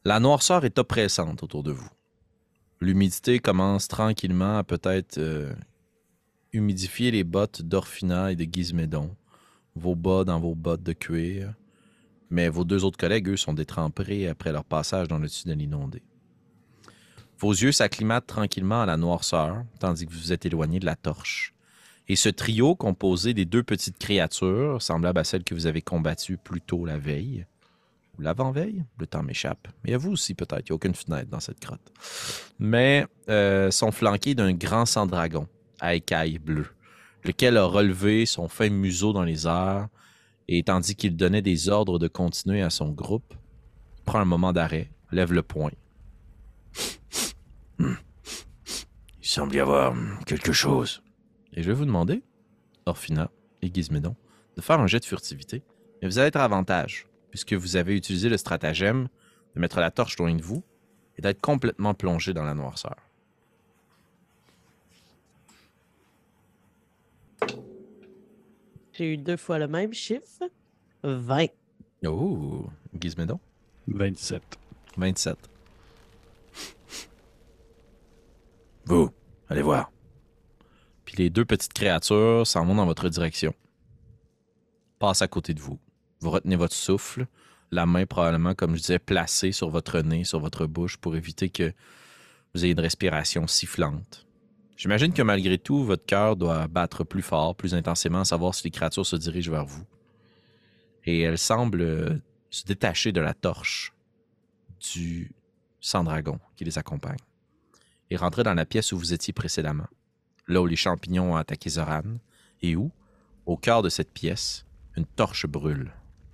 La noirceur est oppressante autour de vous. L'humidité commence tranquillement à peut-être humidifier les bottes d'Orphina et de Gizmédon, vos bas dans vos bottes de cuir. Mais vos deux autres collègues, eux, sont détrempés après leur passage dans le tunnel inondé. Vos yeux s'acclimatent tranquillement à la noirceur, tandis que vous vous êtes éloigné de la torche. Et ce trio, composé des deux petites créatures, semblables à celles que vous avez combattues plus tôt la veille, ou l'avant-veille, le temps m'échappe. Mais à vous aussi, peut-être, il n'y a aucune fenêtre dans cette grotte. Mais sont flanqués d'un grand sang-dragon à écailles bleues, lequel a relevé son fin museau dans les airs, et tandis qu'il donnait des ordres de continuer à son groupe, il prend un moment d'arrêt, lève le poing. Il semble y avoir quelque chose. Et je vais vous demander, Orphina et Gizmédon, de faire un jet de furtivité, mais vous allez être à avantage, puisque vous avez utilisé le stratagème de mettre la torche loin de vous et d'être complètement plongé dans la noirceur. J'ai eu 2 fois le même chiffre. 20. Oh, Gizmédon? 27. 27. Vous, allez voir. Puis les deux petites créatures s'en vont dans votre direction. Passent à côté de vous. Vous retenez votre souffle, la main probablement, comme je disais, placée sur votre nez, sur votre bouche, pour éviter que vous ayez une respiration sifflante. J'imagine que malgré tout, votre cœur doit battre plus fort, plus intensément, savoir si les créatures se dirigent vers vous. Et elles semblent se détacher de la torche du sang-dragon qui les accompagne et rentrer dans la pièce où vous étiez précédemment, là où les champignons ont attaqué Zoran, et où, au cœur de cette pièce, une torche brûle.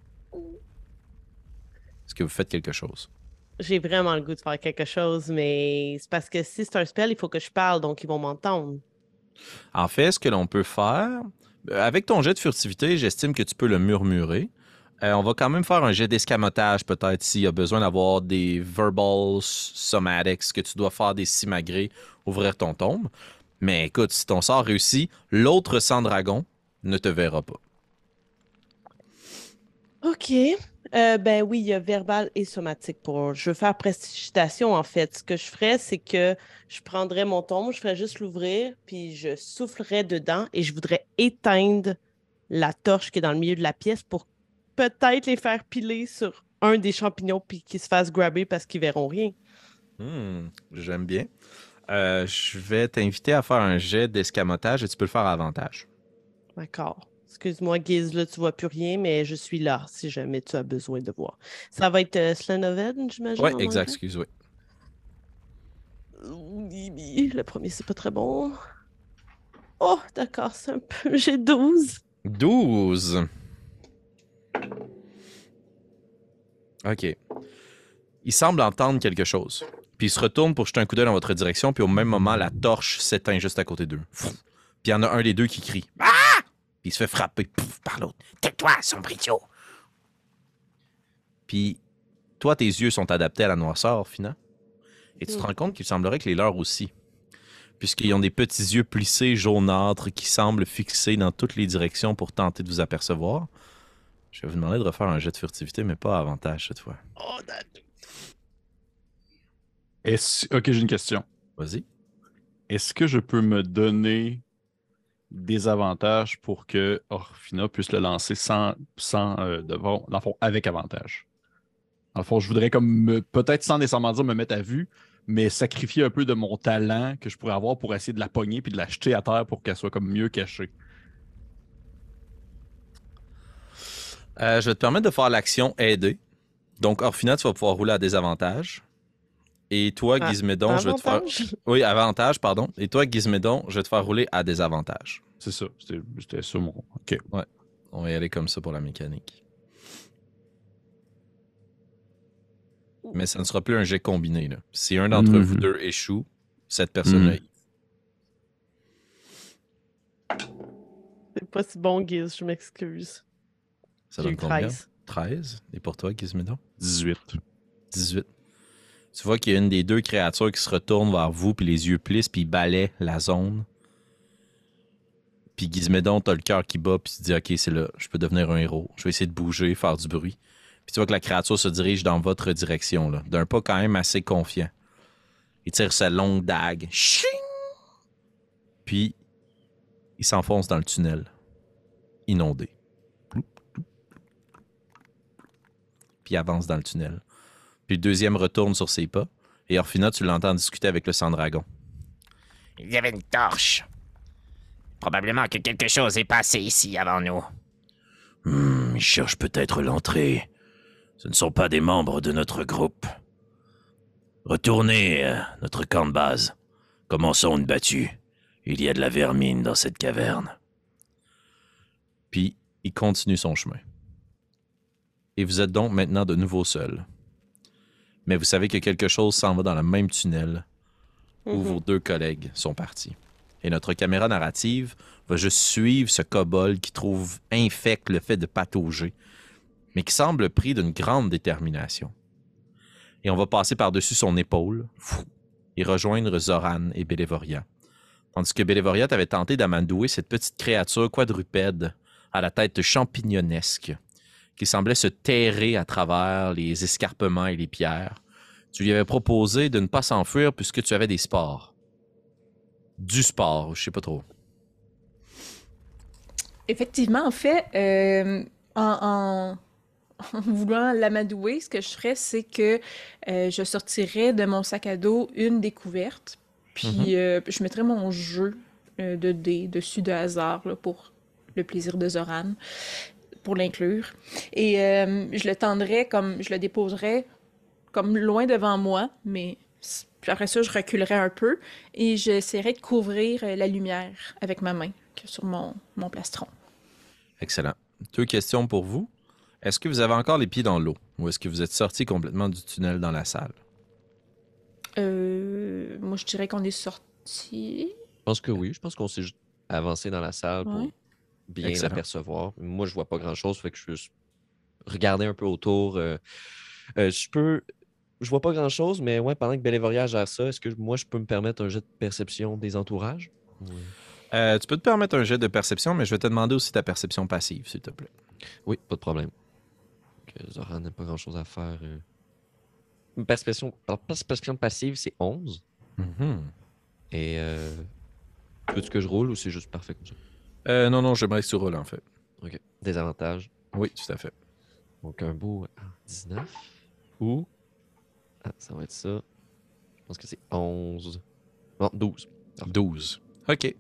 Est-ce que vous faites quelque chose? J'ai vraiment le goût de faire quelque chose, mais c'est parce que si c'est un spell, il faut que je parle, donc ils vont m'entendre. En fait, ce que l'on peut faire, avec ton jet de furtivité, j'estime que tu peux le murmurer. On va quand même faire un jet d'escamotage, peut-être, s'il y a besoin d'avoir des verbal somatics, que tu dois faire des simagrées, ouvrir ton tombe. Mais écoute, si ton sort réussit, l'autre sang-dragon ne te verra pas. OK. Ben oui, il y a verbal et somatique pour. Je veux faire prestidigitation, en fait. Ce que je ferais, c'est que je prendrais mon tombe, je ferais juste l'ouvrir, puis je soufflerais dedans et je voudrais éteindre la torche qui est dans le milieu de la pièce pour peut-être les faire piler sur un des champignons puis qu'ils se fassent grabber parce qu'ils verront rien. J'aime bien. Je vais t'inviter à faire un jet d'escamotage et tu peux le faire à avantage. D'accord. Excuse-moi, Guise, là, tu vois plus rien, mais je suis là si jamais tu as besoin de voir. Ça va être Slanoven, j'imagine, Oui, en exact, anglais? excuse, oui. Le premier, c'est pas très bon. Oh, d'accord, c'est un peu. J'ai 12. 12. OK. Il semble entendre quelque chose. Puis il se retourne pour jeter un coup d'œil dans votre direction, puis au même moment, la torche s'éteint juste à côté d'eux. Puis il y en a un des deux qui crie. Ah! Puis il se fait frapper par l'autre. Tais-toi, sombrito! Puis toi, tes yeux sont adaptés à la noirceur, Fina. Et tu te rends compte qu'il semblerait que les leurs aussi. Puisqu'ils ont des petits yeux plissés jaunâtres qui semblent fixés dans toutes les directions pour tenter de vous apercevoir. Je vais vous demander de refaire un jet de furtivité, mais pas à avantage cette fois. Oh, Ok, j'ai une question. Vas-y. Est-ce que je peux me donner des avantages pour que Orphina puisse le lancer dans le fond, avec avantage? Dans le fond, je voudrais peut-être sans nécessairement dire me mettre à vue, mais sacrifier un peu de mon talent que je pourrais avoir pour essayer de la pogner puis de la jeter à terre pour qu'elle soit comme mieux cachée. Je vais te permettre de faire l'action aider. Donc, Orphina, tu vas pouvoir rouler à désavantage. Et toi, Gizmédon, je vais te faire... avantage? Oui, avantage, pardon. Et toi, Gizmédon, je vais te faire rouler à désavantage. C'est ça. C'était ça mon. OK. Ouais. On va y aller comme ça pour la mécanique. Mais ça ne sera plus un jet combiné, là. Si un d'entre vous deux échoue, cette personne-là... C'est pas si bon, Guise, je m'excuse. Ça J'ai donne eu combien? 13. 13. Et pour toi, Gizmédon? 18. 18. Tu vois qu'il y a une des deux créatures qui se retourne vers vous, puis les yeux plissent, puis il balaie la zone. Puis Gizmédon, t'as le cœur qui bat, puis tu te dis, OK, c'est là, je peux devenir un héros. Je vais essayer de bouger, faire du bruit. Puis Puis tu vois que la créature se dirige dans votre direction, là, d'un pas quand même assez confiant. Il tire sa longue dague. Ching! Puis, il s'enfonce dans le tunnel. Inondé. Puis il avance dans le tunnel. Puis le deuxième retourne sur ses pas. Et Orphina, tu l'entends discuter avec le sang-dragon. Il y avait une torche. Probablement que quelque chose est passé ici avant nous. Ils cherchent peut-être l'entrée. Ce ne sont pas des membres de notre groupe. Retournez à notre camp de base. Commençons une battue. Il y a de la vermine dans cette caverne. Puis, il continue son chemin. Et vous êtes donc maintenant de nouveau seul. Mais vous savez que quelque chose s'en va dans le même tunnel où vos deux collègues sont partis. Et notre caméra narrative va juste suivre ce kobold qui trouve infect le fait de patauger, mais qui semble pris d'une grande détermination. Et on va passer par-dessus son épaule et rejoindre Zoran et Bélévoria. Tandis que Bélévoria t'avait tenté d'amadouer cette petite créature quadrupède à la tête champignonesque qui semblait se terrer à travers les escarpements et les pierres. Tu lui avais proposé de ne pas s'enfuir puisque tu avais des spores. Du sport, je sais pas trop. Effectivement, en fait, en voulant l'amadouer, ce que je ferais, c'est que je sortirais de mon sac à dos une découverte, puis je mettrais mon jeu de dés dessus de hasard là, pour le plaisir de Zoran, pour l'inclure. Et je le tendrais comme, je le déposerais comme loin devant moi, mais puis après ça, je reculerais un peu et j'essaierais de couvrir la lumière avec ma main sur mon plastron. Excellent. 2 questions pour vous. Est-ce que vous avez encore les pieds dans l'eau ou est-ce que vous êtes sorti complètement du tunnel dans la salle? Moi, je dirais qu'on est sorti. Je pense que oui. Je pense qu'on s'est juste avancé dans la salle pour bien Excellent. apercevoir. Moi, je vois pas grand-chose, fait que je vais juste regarder un peu autour. Je vois pas grand-chose, mais ouais, pendant que Bélévoria gère ça, est-ce que moi, je peux me permettre un jet de perception des entourages? Oui. Tu peux te permettre un jet de perception, mais je vais te demander aussi ta perception passive, s'il te plaît. Oui, pas de problème. Que Zoran n'a pas grand-chose à faire. Une perception passive, c'est 11. Et veux-tu que je roule ou c'est juste parfait comme ça? Non, j'aimerais que tu roules, en fait. OK. Des avantages. Oui, tout à fait. Donc un beau 19. Ou... Ah, ça va être ça. Je pense que c'est 11. Non, 12. 12. OK.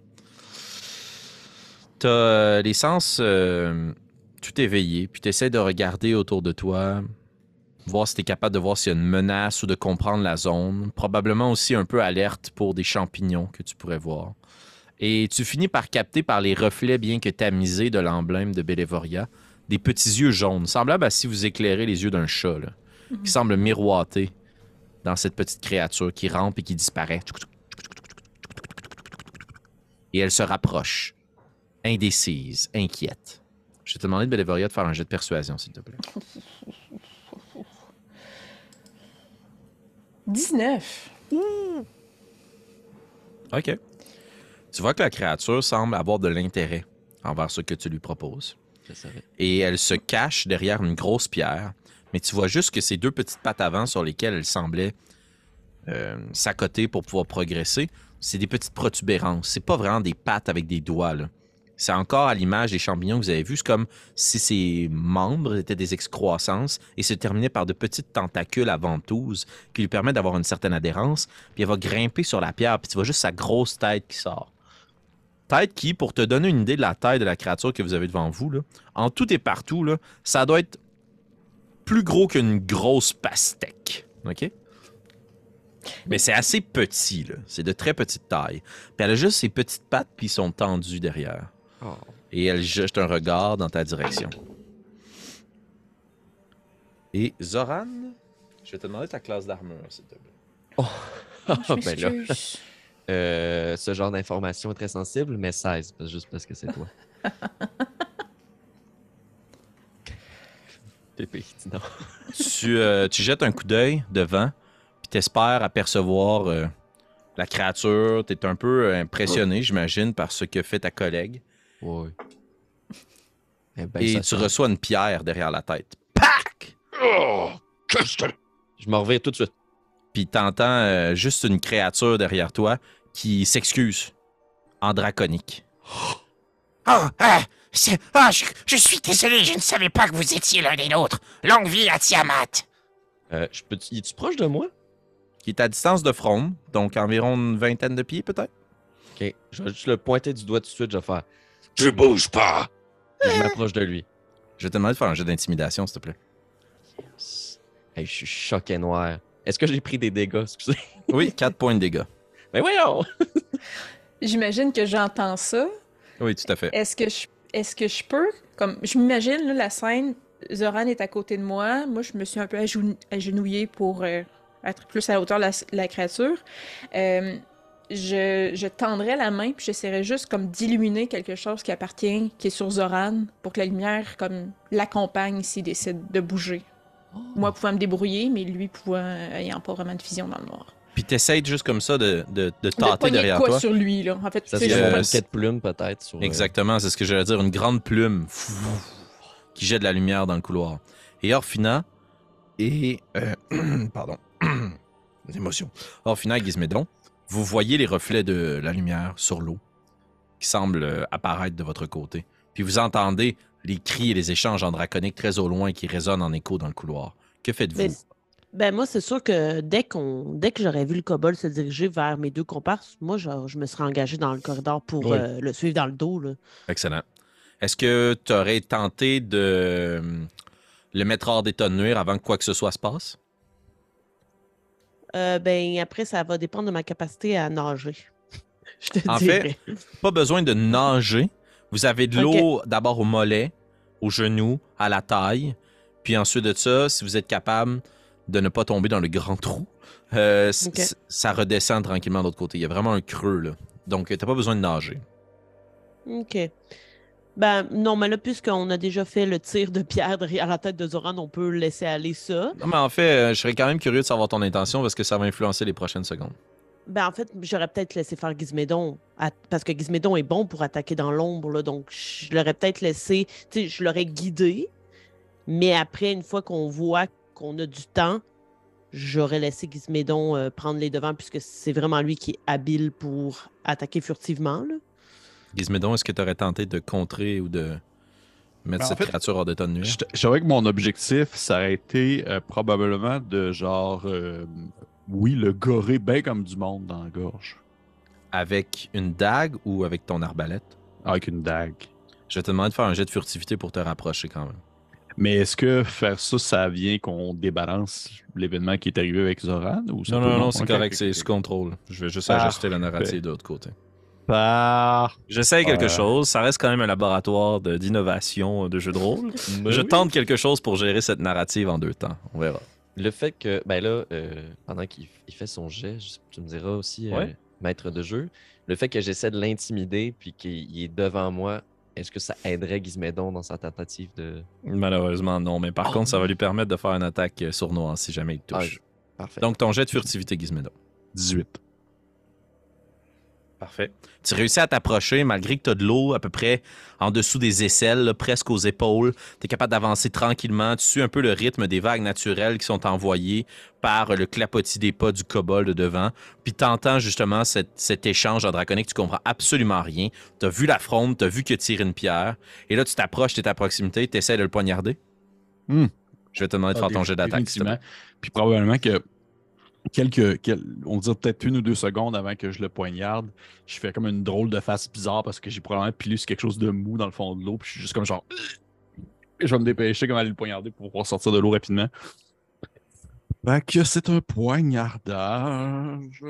T'as les sens tout éveillés, puis t'essaies de regarder autour de toi, voir si t'es capable de voir s'il y a une menace ou de comprendre la zone. Probablement aussi un peu alerte pour des champignons que tu pourrais voir. Et tu finis par capter par les reflets bien que tamisés de l'emblème de Bélévoria des petits yeux jaunes, semblables à si vous éclairez les yeux d'un chat, là, qui semblent miroiter dans cette petite créature qui rampe et qui disparaît. Et elle se rapproche, indécise, inquiète. Je vais te demander de Bélévoria de faire un jet de persuasion, s'il te plaît. 19. OK. Tu vois que la créature semble avoir de l'intérêt envers ce que tu lui proposes. Je savais. Et elle se cache derrière une grosse pierre, mais tu vois juste que ces 2 petites pattes avant sur lesquelles elle semblait s'accoter pour pouvoir progresser, c'est des petites protubérances. C'est pas vraiment des pattes avec des doigts, là. C'est encore à l'image des champignons que vous avez vus. C'est comme si ses membres étaient des excroissances et se terminaient par de petites tentacules à ventouses qui lui permettent d'avoir une certaine adhérence. Puis elle va grimper sur la pierre, puis tu vois juste sa grosse tête qui sort. Tête qui, pour te donner une idée de la taille de la créature que vous avez devant vous, là, en tout et partout, là, ça doit être plus gros qu'une grosse pastèque. OK? Mais c'est assez petit, là. C'est de très petite taille. Puis elle a juste ses petites pattes, puis ils sont tendus derrière. Oh. Et elle jette un regard dans ta direction. Et Zoran, je vais te demander ta classe d'armure, s'il te plaît. Oh. Je Ben là, m'excuse. ce genre d'information est très sensible, mais 16, juste parce que c'est toi. Pépé, dis non. Tu jettes un coup d'œil devant, puis t'espères apercevoir la créature. T'es un peu impressionné, j'imagine, par ce que fait ta collègue. Oui. Eh ben, Et ça tu sent- reçois une pierre derrière la tête. Pac! Oh, qu'est-ce que... Je m'en reviens tout de suite. Puis t'entends juste une créature derrière toi qui s'excuse en draconique. Oh, je suis désolé, je ne savais pas que vous étiez l'un des nôtres. Longue vie à Tiamat. Es-tu proche de moi? Qui est à distance de front, donc environ une vingtaine de pieds peut-être. Ok, je vais juste le pointer du doigt tout de suite, je vais faire. Tu bouges pas! Et je m'approche de lui. Je vais te demander de faire un jeu d'intimidation, s'il te plaît. Hey, je suis choqué noir. Est-ce que j'ai pris des dégâts, excusez? Oui, 4 points de dégâts. Mais voyons! J'imagine que j'entends ça. Oui, tout à fait. Est-ce que je peux, comme je m'imagine là, la scène, Zoran est à côté de moi, moi je me suis un peu agenouillée pour être plus à la hauteur de la créature. Je tendrais la main puis j'essaierais juste comme d'illuminer quelque chose qui est sur Zoran pour que la lumière comme l'accompagne s'il décide de bouger. Moi pouvant me débrouiller, mais lui ayant pas vraiment de vision dans le noir. Puis t'essayes juste comme ça de De tâter pogner derrière de quoi toi. sur lui, là. En fait, Ça tu sais, serait je- une quête plume, peut-être. Sur, Exactement, c'est ce que j'allais dire. Une grande plume qui jette de la lumière dans le couloir. Et Orphina et... pardon. L'émotion. Orphina et Gizmédon, vous voyez les reflets de la lumière sur l'eau qui semblent apparaître de votre côté. Puis vous entendez les cris et les échanges en draconique très au loin qui résonnent en écho dans le couloir. Que faites-vous? Ben moi, c'est sûr que dès que j'aurais vu le kobold se diriger vers mes deux comparses, moi, je me serais engagé dans le corridor pour Oui. le suivre dans le dos. Là. Excellent. Est-ce que tu aurais tenté de le mettre hors d'état de nuire avant que quoi que ce soit se passe? Ben après, ça va dépendre de ma capacité à nager. Je te En dirais. Pas besoin de nager. Vous avez de l'eau d'abord au mollet, aux genoux, à la taille. Puis ensuite de ça, si vous êtes capable de ne pas tomber dans le grand trou, ça redescend tranquillement de l'autre côté. Il y a vraiment un creux, là. Donc, tu n'as pas besoin de nager. OK. Ben non, mais là, puisqu'on a déjà fait le tir de pierre derrière la tête de Zoran, on peut laisser aller ça. Non, mais en fait, je serais quand même curieux de savoir ton intention parce que ça va influencer les prochaines secondes. Ben en fait, j'aurais peut-être laissé faire Gizmédon, parce que Gizmédon est bon pour attaquer dans l'ombre, là, donc je l'aurais peut-être laissé, tu sais, je l'aurais guidé, mais après, une fois qu'on voit qu'on a du temps, j'aurais laissé Gizmédon prendre les devants, puisque c'est vraiment lui qui est habile pour attaquer furtivement, là. Gizmédon, est-ce que tu aurais tenté de contrer ou de mettre Ben, en cette fait, créature hors d'état de nuire? Je dirais que mon objectif, ça a été probablement de genre, oui, le gorer bien comme du monde dans la gorge. Avec une dague ou avec ton arbalète? Avec une dague. Je vais te demander de faire un jet de furtivité pour te rapprocher quand même. Mais est-ce que faire ça, ça vient qu'on débalance l'événement qui est arrivé avec Zoran? Ou ça peut- Non, c'est Ok, correct, ok, c'est ok. sous contrôle. Je vais juste Parfait. ajuster la narrative de l'autre côté. Parfait. J'essaye quelque Ouais. chose, ça reste quand même un laboratoire d'innovation de jeu de rôle. Je tente quelque chose pour gérer cette narrative en 2 temps. On verra. Le fait que, ben là, pendant qu'il fait son jet, tu me diras aussi, Ouais. maître de jeu, le fait que j'essaie de l'intimider puis qu'il est devant moi, est-ce que ça aiderait Gizmédon dans sa tentative de. Malheureusement, non, mais par contre, ça va lui permettre de faire une attaque sournoise si jamais il te touche. Parfait. Donc, ton jet de furtivité, Gizmédon. 18. Parfait. Tu réussis à t'approcher malgré que tu as de l'eau à peu près en dessous des aisselles, là, presque aux épaules. Tu es capable d'avancer tranquillement. Tu suis un peu le rythme des vagues naturelles qui sont envoyées par le clapotis des pas du kobold devant. Puis tu entends justement cet échange en draconique. Tu comprends absolument rien. Tu as vu la fronde, tu as vu que tire une pierre. Et là, tu t'approches, tu es à proximité, tu essaies de le poignarder. Hmm. Je vais te demander de faire ton jet d'attaque. s'il te plaît. Définitivement. Puis probablement que on va dire peut-être 1 ou 2 secondes avant que je le poignarde, je fais comme une drôle de face bizarre parce que j'ai probablement pilé sur quelque chose de mou dans le fond de l'eau. Puis je suis juste comme genre. Et je vais me dépêcher comme aller le poignarder pour pouvoir sortir de l'eau rapidement. Fait que c'est un poignardage.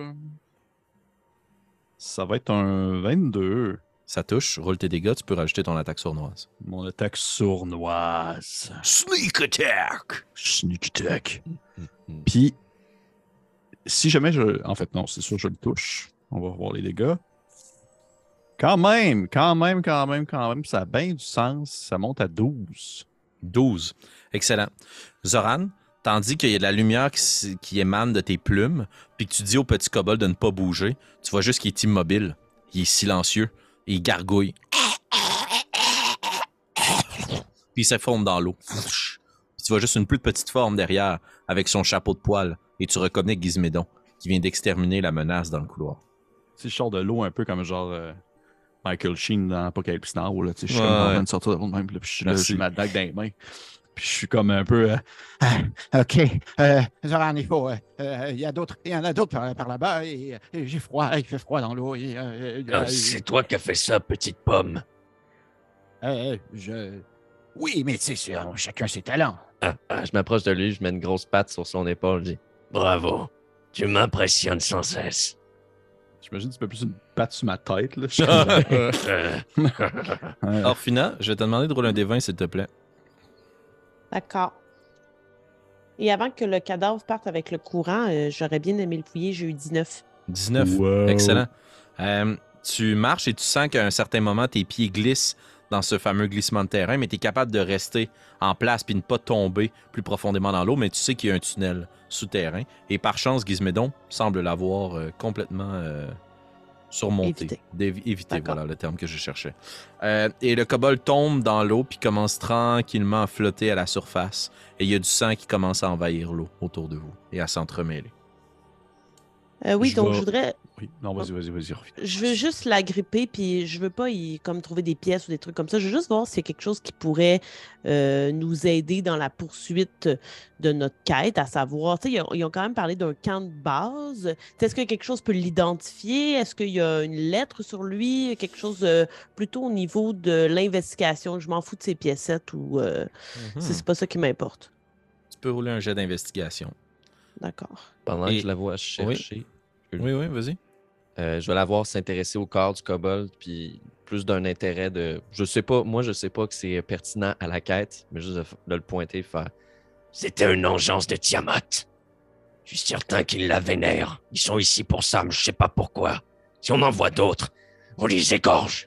Ça va être un 22. Ça touche, roule tes dégâts, tu peux rajouter ton attaque sournoise. Mon attaque sournoise. Sneak attack! Sneak attack. Hmm. Puis, si jamais en fait, non, c'est sûr, je le touche. On va voir les dégâts. Quand même, ça a bien du sens. Ça monte à 12. 12. Excellent. Zoran, tandis qu'il y a de la lumière qui émane de tes plumes, puis que tu dis au petit kobold de ne pas bouger, tu vois juste qu'il est immobile, il est silencieux, et il gargouille. Puis il s'effondre dans l'eau. Puis tu tu vois juste une plus petite forme derrière, avec son chapeau de poil, et tu reconnais Gizmédon, qui vient d'exterminer la menace dans le couloir. Tu sais, je sors de l'eau un peu comme genre Michael Sheen dans Apocalypse Now. Là, tu sais, je suis Ouais. comme en train de sortir de l'eau de même. Là, puis je suis là, Merci. j'ai ma dague dans les mains. Puis je suis comme un peu. OK. Zoran, il faut. Il y en a d'autres par là-bas et j'ai froid. Il fait froid dans l'eau. C'est toi qui as fait ça, petite pomme. Oui, mais tu sais, chacun ses talents. Je m'approche de lui, je mets une grosse patte sur son épaule, je dis Bravo. Tu m'impressionnes sans cesse. J'imagine que tu peux plus une patte sur ma tête. Là. Je suis comme genre- Ouais. Orphina, je vais te demander de rouler un des 20, s'il te plaît. D'accord. Et avant que le cadavre parte avec le courant, j'aurais bien aimé le fouiller. J'ai eu 19. 19. Wow. Excellent. Tu marches et tu sens qu'à un certain moment, tes pieds glissent dans ce fameux glissement de terrain, mais tu es capable de rester en place puis ne pas tomber plus profondément dans l'eau, mais tu sais qu'il y a un tunnel souterrain. Et par chance, Gizmédon semble l'avoir complètement surmonté. Évité, D'accord. voilà le terme que je cherchais. Et le kobold tombe dans l'eau puis commence tranquillement à flotter à la surface. Et il y a du sang qui commence à envahir l'eau autour de vous et à s'entremêler. Oui, Je donc vais- je voudrais. Oui, non, vas-y, Orphina. Je veux juste l'agripper, puis je veux pas comme trouver des pièces ou des trucs comme ça. Je veux juste voir s'il y a quelque chose qui pourrait nous aider dans la poursuite de notre quête, à savoir, tu sais, ils ont quand même parlé d'un camp de base. Est-ce que quelque chose peut l'identifier? Est-ce qu'il y a une lettre sur lui? Quelque chose plutôt au niveau de l'investigation? Je m'en fous de ces piécettes ou c'est pas ça qui m'importe. Tu peux rouler un jet d'investigation. D'accord. pendant Et- que je la vois chercher. Oui, vas-y. Je vais la voir s'intéresser au corps du kobold, puis plus d'un intérêt de. Je sais pas que c'est pertinent à la quête, mais juste de le pointer, faire. C'était une engeance de Tiamat. Je suis certain qu'ils la vénèrent. Ils sont ici pour ça, mais je sais pas pourquoi. Si on en voit d'autres, on les égorge.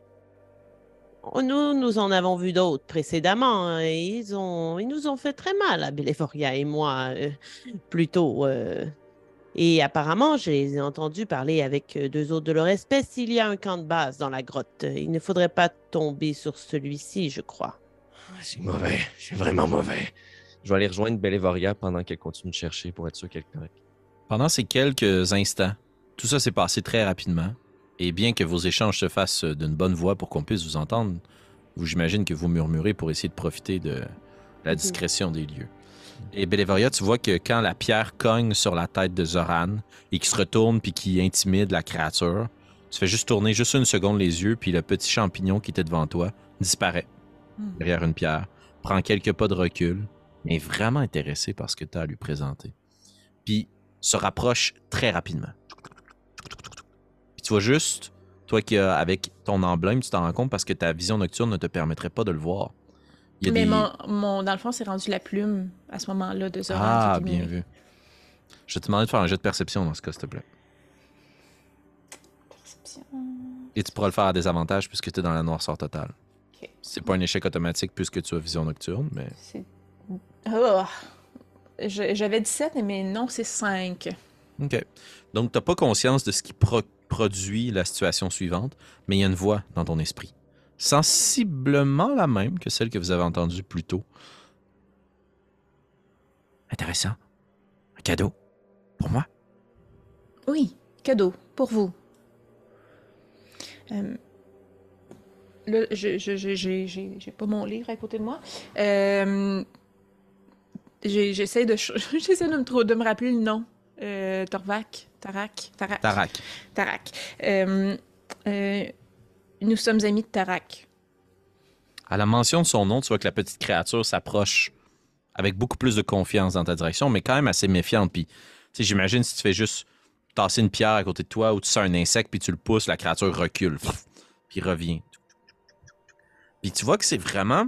Nous en avons vu d'autres précédemment, hein, et ils nous ont fait très mal, à Béléforia et moi, plus tôt. Et apparemment, je les ai entendus parler avec deux autres de leur espèce. Il y a un camp de base dans la grotte. Il ne faudrait pas tomber sur celui-ci, je crois. C'est mauvais, c'est vraiment mauvais. Je vais aller rejoindre Bélévoria pendant qu'elle continue de chercher pour être sûr qu'elle est correcte. Pendant ces quelques instants, tout ça s'est passé très rapidement. Et bien que vos échanges se fassent d'une bonne voix pour qu'on puisse vous entendre, j'imagine que vous murmurez pour essayer de profiter de la discrétion des lieux. Et Bélévoria, tu vois que quand la pierre cogne sur la tête de Zoran et qu'il se retourne puis qu'il intimide la créature, tu fais juste tourner juste une seconde les yeux puis le petit champignon qui était devant toi disparaît derrière une pierre, prend quelques pas de recul, mais est vraiment intéressé par ce que tu as à lui présenter. Puis se rapproche très rapidement. Puis tu vois juste, toi qui avec ton emblème, tu t'en rends compte parce que ta vision nocturne ne te permettrait pas de le voir. Il y a Mais des- dans le fond, c'est rendu la plume à ce moment-là de Zoran. Ah, qui est bien diminuée. vu. Je vais te demander de faire un jet de perception dans ce cas, s'il te plaît. Perception. Et tu pourras le faire à désavantage puisque tu es dans la noirceur totale. Ok. C'est pas un échec automatique puisque tu as vision nocturne, mais... C'est- Oh! J'avais 17, mais non, c'est 5. OK. Donc, tu n'as pas conscience de ce qui produit la situation suivante, mais il y a une voix dans ton esprit. Sensiblement la même que celle que vous avez entendue plus tôt. Intéressant. Un cadeau. Pour moi. Oui, cadeau, pour vous. Là, j'ai pas mon livre à côté de moi. J'essaie de me rappeler le nom. Tarak. Tarak. Nous sommes amis de Tarak. À la mention de son nom, tu vois que la petite créature s'approche avec beaucoup plus de confiance dans ta direction, mais quand même assez méfiante. Puis, tu sais, j'imagine si tu fais juste tasser une pierre à côté de toi ou tu sens un insecte puis tu le pousses, la créature recule. Puis revient. Puis tu vois que c'est vraiment...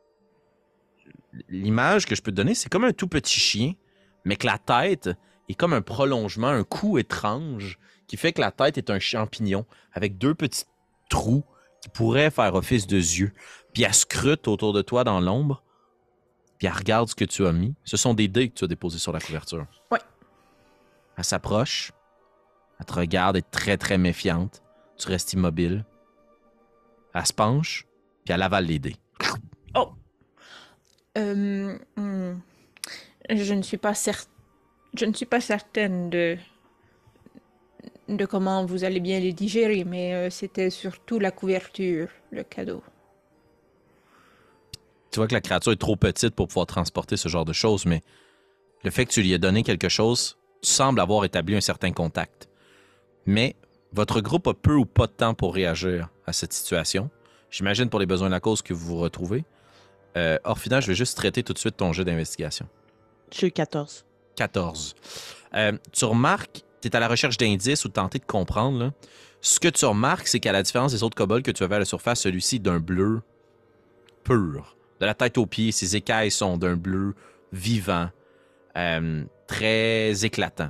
L'image que je peux te donner, c'est comme un tout petit chien, mais que la tête est comme un prolongement, un cou étrange, qui fait que la tête est un champignon avec deux petits trous qui pourraient faire office de yeux. Puis elle scrute autour de toi dans l'ombre, puis elle regarde ce que tu as mis. Ce sont des dés que tu as déposés sur la couverture. Ouais. Elle s'approche, elle te regarde, elle est très très méfiante. Tu restes immobile. Elle se penche, puis elle avale les dés. Oh! Je ne suis pas certaine de comment vous allez bien les digérer, mais c'était surtout la couverture, le cadeau. Tu vois que la créature est trop petite pour pouvoir transporter ce genre de choses, mais le fait que tu lui aies donné quelque chose, tu sembles avoir établi un certain contact. Mais votre groupe a peu ou pas de temps pour réagir à cette situation. J'imagine pour les besoins de la cause que vous vous retrouvez. Orphina, je vais juste traiter tout de suite ton jeu d'investigation. J'ai eu 14. 14. Tu remarques, tu es à la recherche d'indices ou de tenter de comprendre. Là. Ce que tu remarques, c'est qu'à la différence des autres kobolds que tu avais à la surface, celui-ci est d'un bleu pur. De la tête aux pieds, ses écailles sont d'un bleu vivant, très éclatant.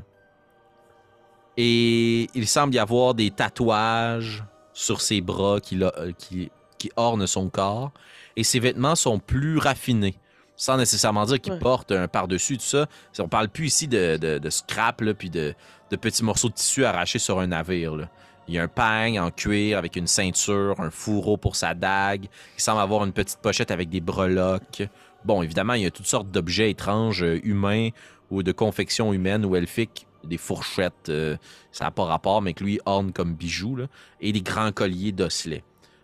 Et il semble y avoir des tatouages sur ses bras qui ornent son corps. Et ses vêtements sont plus raffinés. Sans nécessairement dire qu'il porte un par-dessus, tout ça. On parle plus ici de scrap, là, puis de petits morceaux de tissu arrachés sur un navire. Là. Il y a un pagne en cuir avec une ceinture, un fourreau pour sa dague. Il semble avoir une petite pochette avec des breloques. Bon, évidemment, il y a toutes sortes d'objets étranges, humains ou de confection humaine ou elfique. Des fourchettes, ça n'a pas rapport, mais que lui orne comme bijoux. Là, et des grands colliers d'osselets.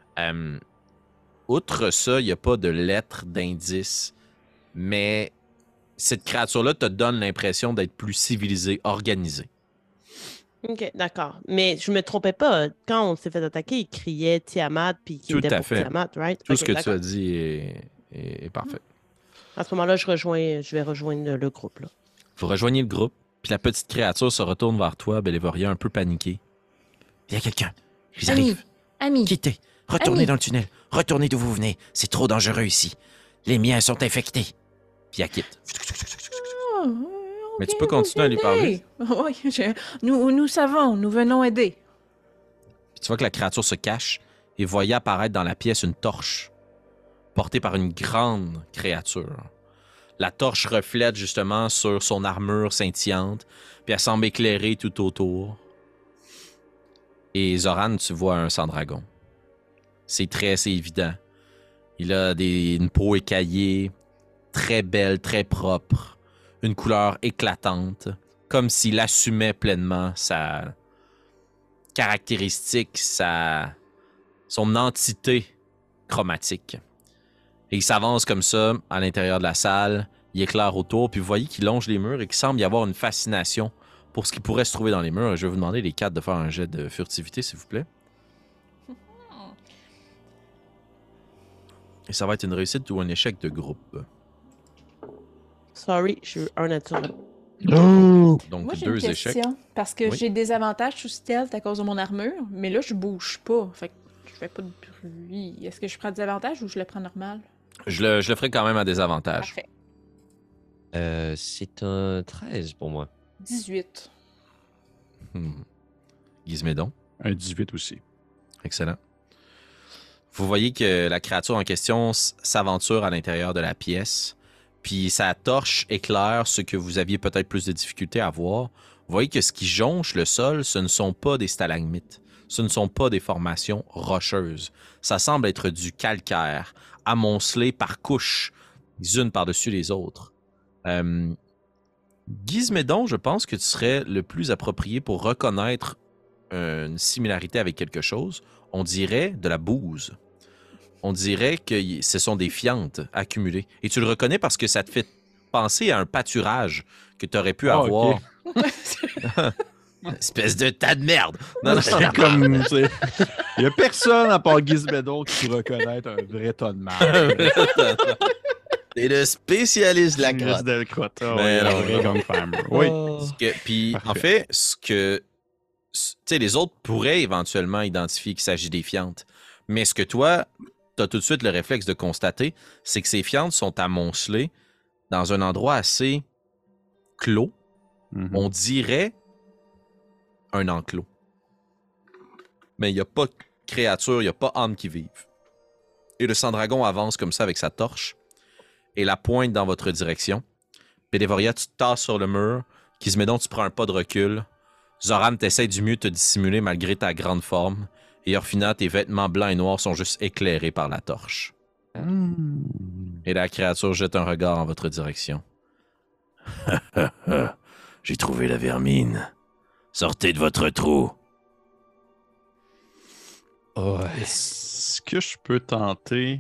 Outre ça, il n'y a pas de lettres, d'indices. Mais cette créature-là te donne l'impression d'être plus civilisée, organisée. OK, d'accord. Mais je me trompais pas. Quand on s'est fait attaquer, il criait Tiamat, puis qu'il était pour Tiamat, right? Tout ce que tu as dit est parfait. À ce moment-là, je vais rejoindre le groupe. Là. Vous rejoignez le groupe, puis la petite créature se retourne vers toi, Bélévoria, un peu paniquée. Il y a quelqu'un. Ils arrivent. Ami. Quittez. Retournez dans le tunnel. Retournez d'où vous venez. C'est trop dangereux ici. Les miens sont infectés. Puis elle quitte. Mais Okay, tu peux continuer à lui parler. Oui, nous savons, nous venons aider. Puis tu vois que la créature se cache et voyait apparaître dans la pièce une torche portée par une grande créature. La torche reflète justement sur son armure scintillante, puis elle semble éclairer tout autour. Et Zoran, tu vois un sang-dragon. C'est évident. Il a une peau écaillée, très belle, très propre, une couleur éclatante, comme s'il assumait pleinement sa caractéristique, son entité chromatique. Et il s'avance comme ça à l'intérieur de la salle, il éclaire autour, puis vous voyez qu'il longe les murs et qu'il semble y avoir une fascination pour ce qui pourrait se trouver dans les murs. Je vais vous demander les 4 de faire un jet de furtivité, s'il vous plaît. Et ça va être une réussite ou un échec de groupe. Sorry, je suis un naturel. Donc, Moi, j'ai 2 une échecs. question, parce que j'ai des avantages sous stealth à cause de mon armure, mais là, je bouge pas. Fait que je fais pas de bruit. Est-ce que je prends des avantages ou je le prends normal? Je le ferai quand même à désavantage. Parfait. C'est un 13 pour moi. 18. Gizmédon. Un 18 aussi. Excellent. Vous voyez que la créature en question s'aventure à l'intérieur de la pièce, puis sa torche éclaire ce que vous aviez peut-être plus de difficulté à voir. Vous voyez que ce qui jonche le sol, ce ne sont pas des stalagmites, ce ne sont pas des formations rocheuses. Ça semble être du calcaire, amoncelé par couches, les unes par-dessus les autres. Gizmédon, je pense que tu serais le plus approprié pour reconnaître une similarité avec quelque chose. On dirait de la bouse. On dirait que ce sont des fientes accumulées. Et tu le reconnais parce que ça te fait penser à un pâturage que tu aurais pu avoir. Espèce de tas de merde! Non, C'est comme, tu sais, il n'y a personne à part Gizmédon qui peut reconnaître un vrai tas de merde. T'es le spécialiste de la crotte. De crotte. Oh, Mais oui, non, un vrai non. gunfarmer. Oui. Puis, en fait, tu sais, les autres pourraient éventuellement identifier qu'il s'agit des fientes. Mais ce que toi, tu as tout de suite le réflexe de constater, c'est que ces fientes sont amoncelées dans un endroit assez clos. Mhm. On dirait un enclos. Mais il n'y a pas de créature, il n'y a pas âme qui vive. Et le sang-dragon avance comme ça avec sa torche et la pointe dans votre direction. Bélévoria, tu te tasses sur le mur. Gizmédon, tu prends un pas de recul. Zoran, t'essaies du mieux de te dissimuler malgré ta grande forme. Et Orphina, tes vêtements blancs et noirs sont juste éclairés par la torche. Et la créature jette un regard en votre direction. J'ai trouvé la vermine. Sortez de votre trou. Ouais. Est-ce que je peux tenter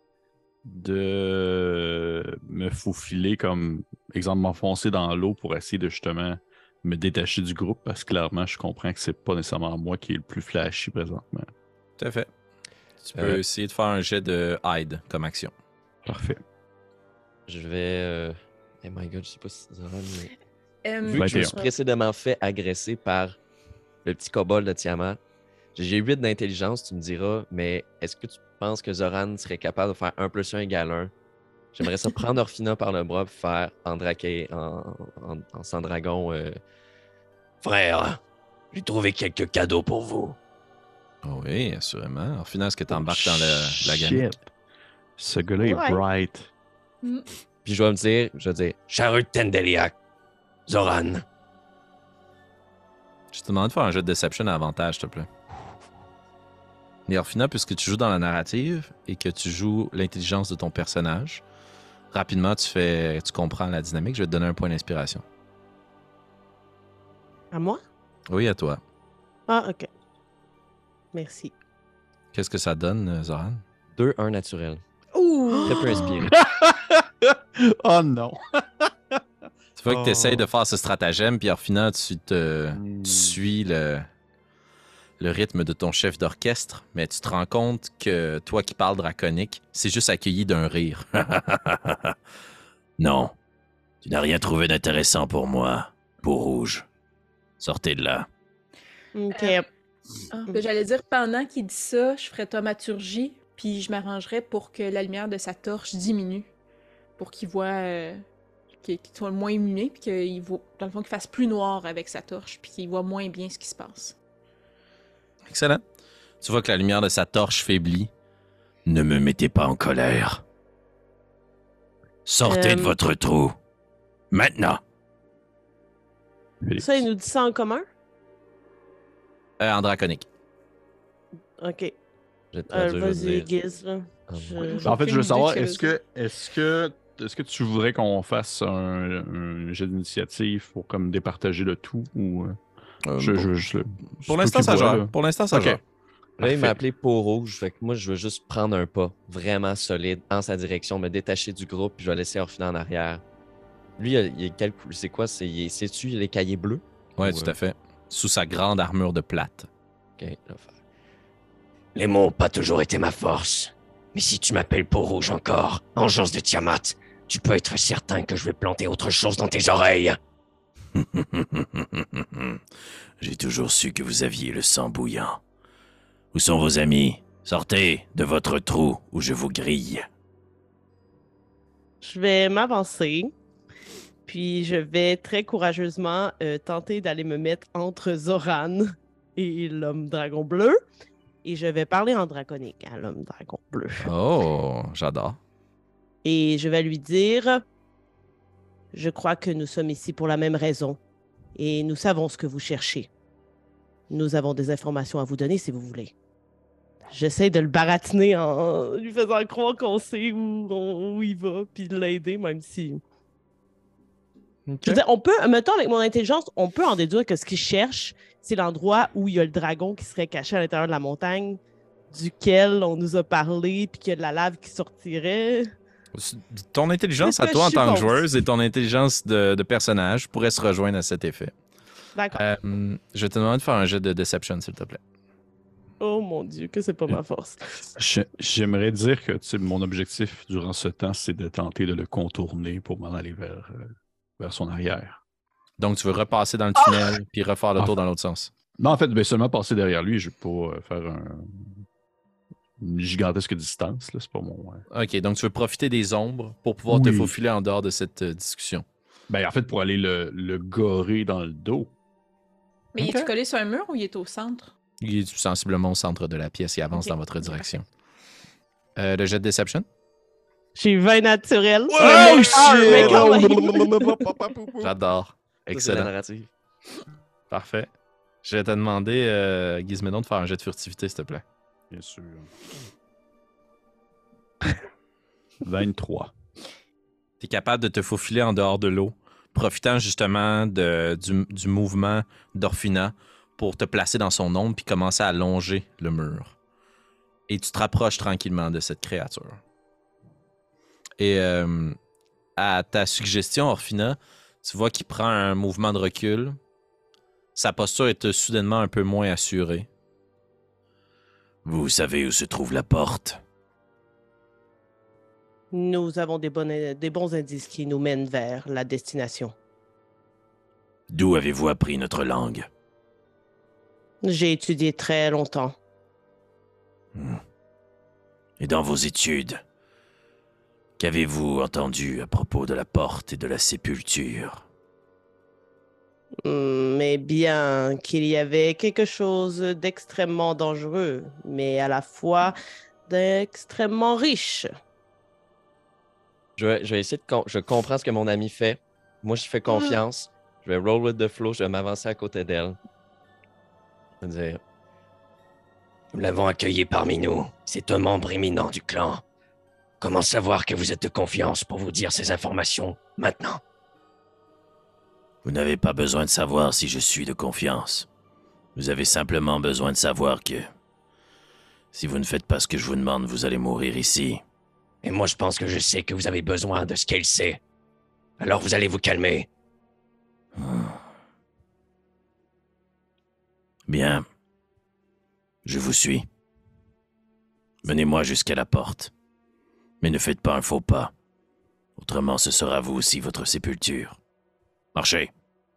de me faufiler comme, exemple, m'enfoncer dans l'eau pour essayer de justement me détacher du groupe? Parce que clairement, je comprends que c'est pas nécessairement moi qui est le plus flashy présentement. Tout à fait. Tu peux essayer de faire un jet de hide comme action. Parfait. Je vais. Oh my god, je sais pas si Zoran. Vu que je me 21. suis précédemment fait agresser par le petit kobold de Tiamat, j'ai 8 d'intelligence, tu me diras, mais est-ce que tu penses que Zoran serait capable de faire 1 + 1 = 1? J'aimerais ça prendre Orphina par le bras et faire en sang dragon. Frère, j'ai trouvé quelques cadeaux pour vous. Oh oui, assurément. Alors, finalement, est-ce que tu embarques dans la gamme? Shit. Ce gars-là est Ouais. bright. Puis je vais dire, Charut Tendeliac, Zoran. Je te demande de faire un jeu de deception à avantage, s'il te plaît. Et Orphina, puisque tu joues dans la narrative et que tu joues l'intelligence de ton personnage, rapidement, tu comprends la dynamique. Je vais te donner un point d'inspiration. À moi? Oui, à toi. Ah, OK. Merci. Qu'est-ce que ça donne, Zoran? 2-1 naturel. Ouh! Très peu inspiré. Oh non! Tu vois que tu essayes de faire ce stratagème, puis Orphina, tu suis le rythme de ton chef d'orchestre, mais tu te rends compte que toi qui parles draconique, c'est juste accueilli d'un rire. Non, tu n'as rien trouvé d'intéressant pour moi, peau rouge. Sortez de là. OK. J'allais dire, pendant qu'il dit ça, je ferais thaumaturgie, puis je m'arrangerais pour que la lumière de sa torche diminue, pour qu'il voit, qu'il soit moins illuminé, puis qu'il voit, dans le fond, qu'il fasse plus noir avec sa torche, puis qu'il voit moins bien ce qui se passe. Excellent. Tu vois que la lumière de sa torche faiblit. Ne me mettez pas en colère. Sortez de votre trou. Maintenant. Ça, il nous dit ça en commun? En draconique. OK. Je vais te traduire, je vais Vas-y, dire. Giz. Là. En fait, je veux savoir, Aucune idée de est-ce que tu voudrais qu'on fasse un jet d'initiative pour comme départager le tout ou Pour l'instant, ça gère. gère. Pour l'instant, ça Ok. gère. Là, il m'a Parfait. appelé peau rouge, fait que moi, je veux juste prendre un pas vraiment solide en sa direction, me détacher du groupe, puis je vais laisser Orphina en arrière. Lui, il est quel couleur? C'est quoi? C'est-tu les cahiers bleus? Oui, Ou, tout à fait. Sous sa grande armure de plate. Ok, là, Les mots n'ont pas toujours été ma force. Mais si tu m'appelles peau rouge encore, engeance de Tiamat, tu peux être certain que je vais planter autre chose dans tes oreilles. J'ai toujours su que vous aviez le sang bouillant. Où sont vos amis? Sortez de votre trou ou je vous grille. Je vais m'avancer, puis je vais très courageusement tenter d'aller me mettre entre Zoran et l'homme dragon bleu, et je vais parler en draconique à l'homme dragon bleu. Oh, j'adore. Et je vais lui dire, je crois que nous sommes ici pour la même raison, et nous savons ce que vous cherchez. Nous avons des informations à vous donner si vous voulez. J'essaie de le baratiner en lui faisant croire qu'on sait où il va, puis de l'aider, même si... Je veux dire, on peut, mettons, avec mon intelligence, on peut en déduire que ce qu'il cherche, c'est l'endroit où il y a le dragon qui serait caché à l'intérieur de la montagne, duquel on nous a parlé, puis qu'il y a de la lave qui sortirait. Ton intelligence C'est ce à que toi en je tant que suppose. joueuse et ton intelligence de personnage pourraient se rejoindre à cet effet. D'accord. Je vais te demander de faire un jet de deception, s'il te plaît. Oh mon Dieu, que c'est pas ma force. J'aimerais dire que tu sais, mon objectif durant ce temps, c'est de tenter de le contourner pour m'en aller vers son arrière. Donc, tu veux repasser dans le tunnel puis refaire le tour dans l'autre sens. Non, en fait, seulement passer derrière lui, je ne vais pas faire une gigantesque distance. Là, c'est pas mon. OK, donc tu veux profiter des ombres pour pouvoir te Oui. faufiler en dehors de cette discussion. Ben, en fait, pour aller le gorer dans le dos. Mais Ok. il est collé sur un mur ou il est au centre? Il est sensiblement au centre de la pièce. Il avance Ok. dans votre direction. Le jet de deception? J'ai 20 naturel. Oh, Mais quand même. J'adore. C'est la Excellent. narrative. Parfait. Je vais te demander, Gizmédon, de faire un jet de furtivité, s'il te plaît. Bien sûr. 23. Tu es capable de te faufiler en dehors de l'eau, profitant justement du mouvement d'Orphina pour te placer dans son ombre puis commencer à longer le mur. Et tu te rapproches tranquillement de cette créature. Et à ta suggestion, Orphina, tu vois qu'il prend un mouvement de recul. Sa posture est soudainement un peu moins assurée. Vous savez où se trouve la porte? Nous avons des bons indices qui nous mènent vers la destination. D'où avez-vous appris notre langue? J'ai étudié très longtemps. Et dans vos études, qu'avez-vous entendu à propos de la porte et de la sépulture? Mais bien qu'il y avait quelque chose d'extrêmement dangereux, mais à la fois d'extrêmement riche. Je vais essayer de... Je comprends ce que mon ami fait. Moi, je fais confiance. Je vais roll with the flow. Je vais m'avancer à côté d'elle. Je vais dire... Nous l'avons accueilli parmi nous. C'est un membre éminent du clan. Comment savoir que vous êtes de confiance pour vous dire ces informations maintenant? Vous n'avez pas besoin de savoir si je suis de confiance. Vous avez simplement besoin de savoir que si vous ne faites pas ce que je vous demande, vous allez mourir ici. Et moi, je pense que je sais que vous avez besoin de ce qu'elle sait. Alors vous allez vous calmer. Bien. Je vous suis. Menez-moi jusqu'à la porte. Mais ne faites pas un faux pas. Autrement, ce sera vous aussi votre sépulture. Marchez.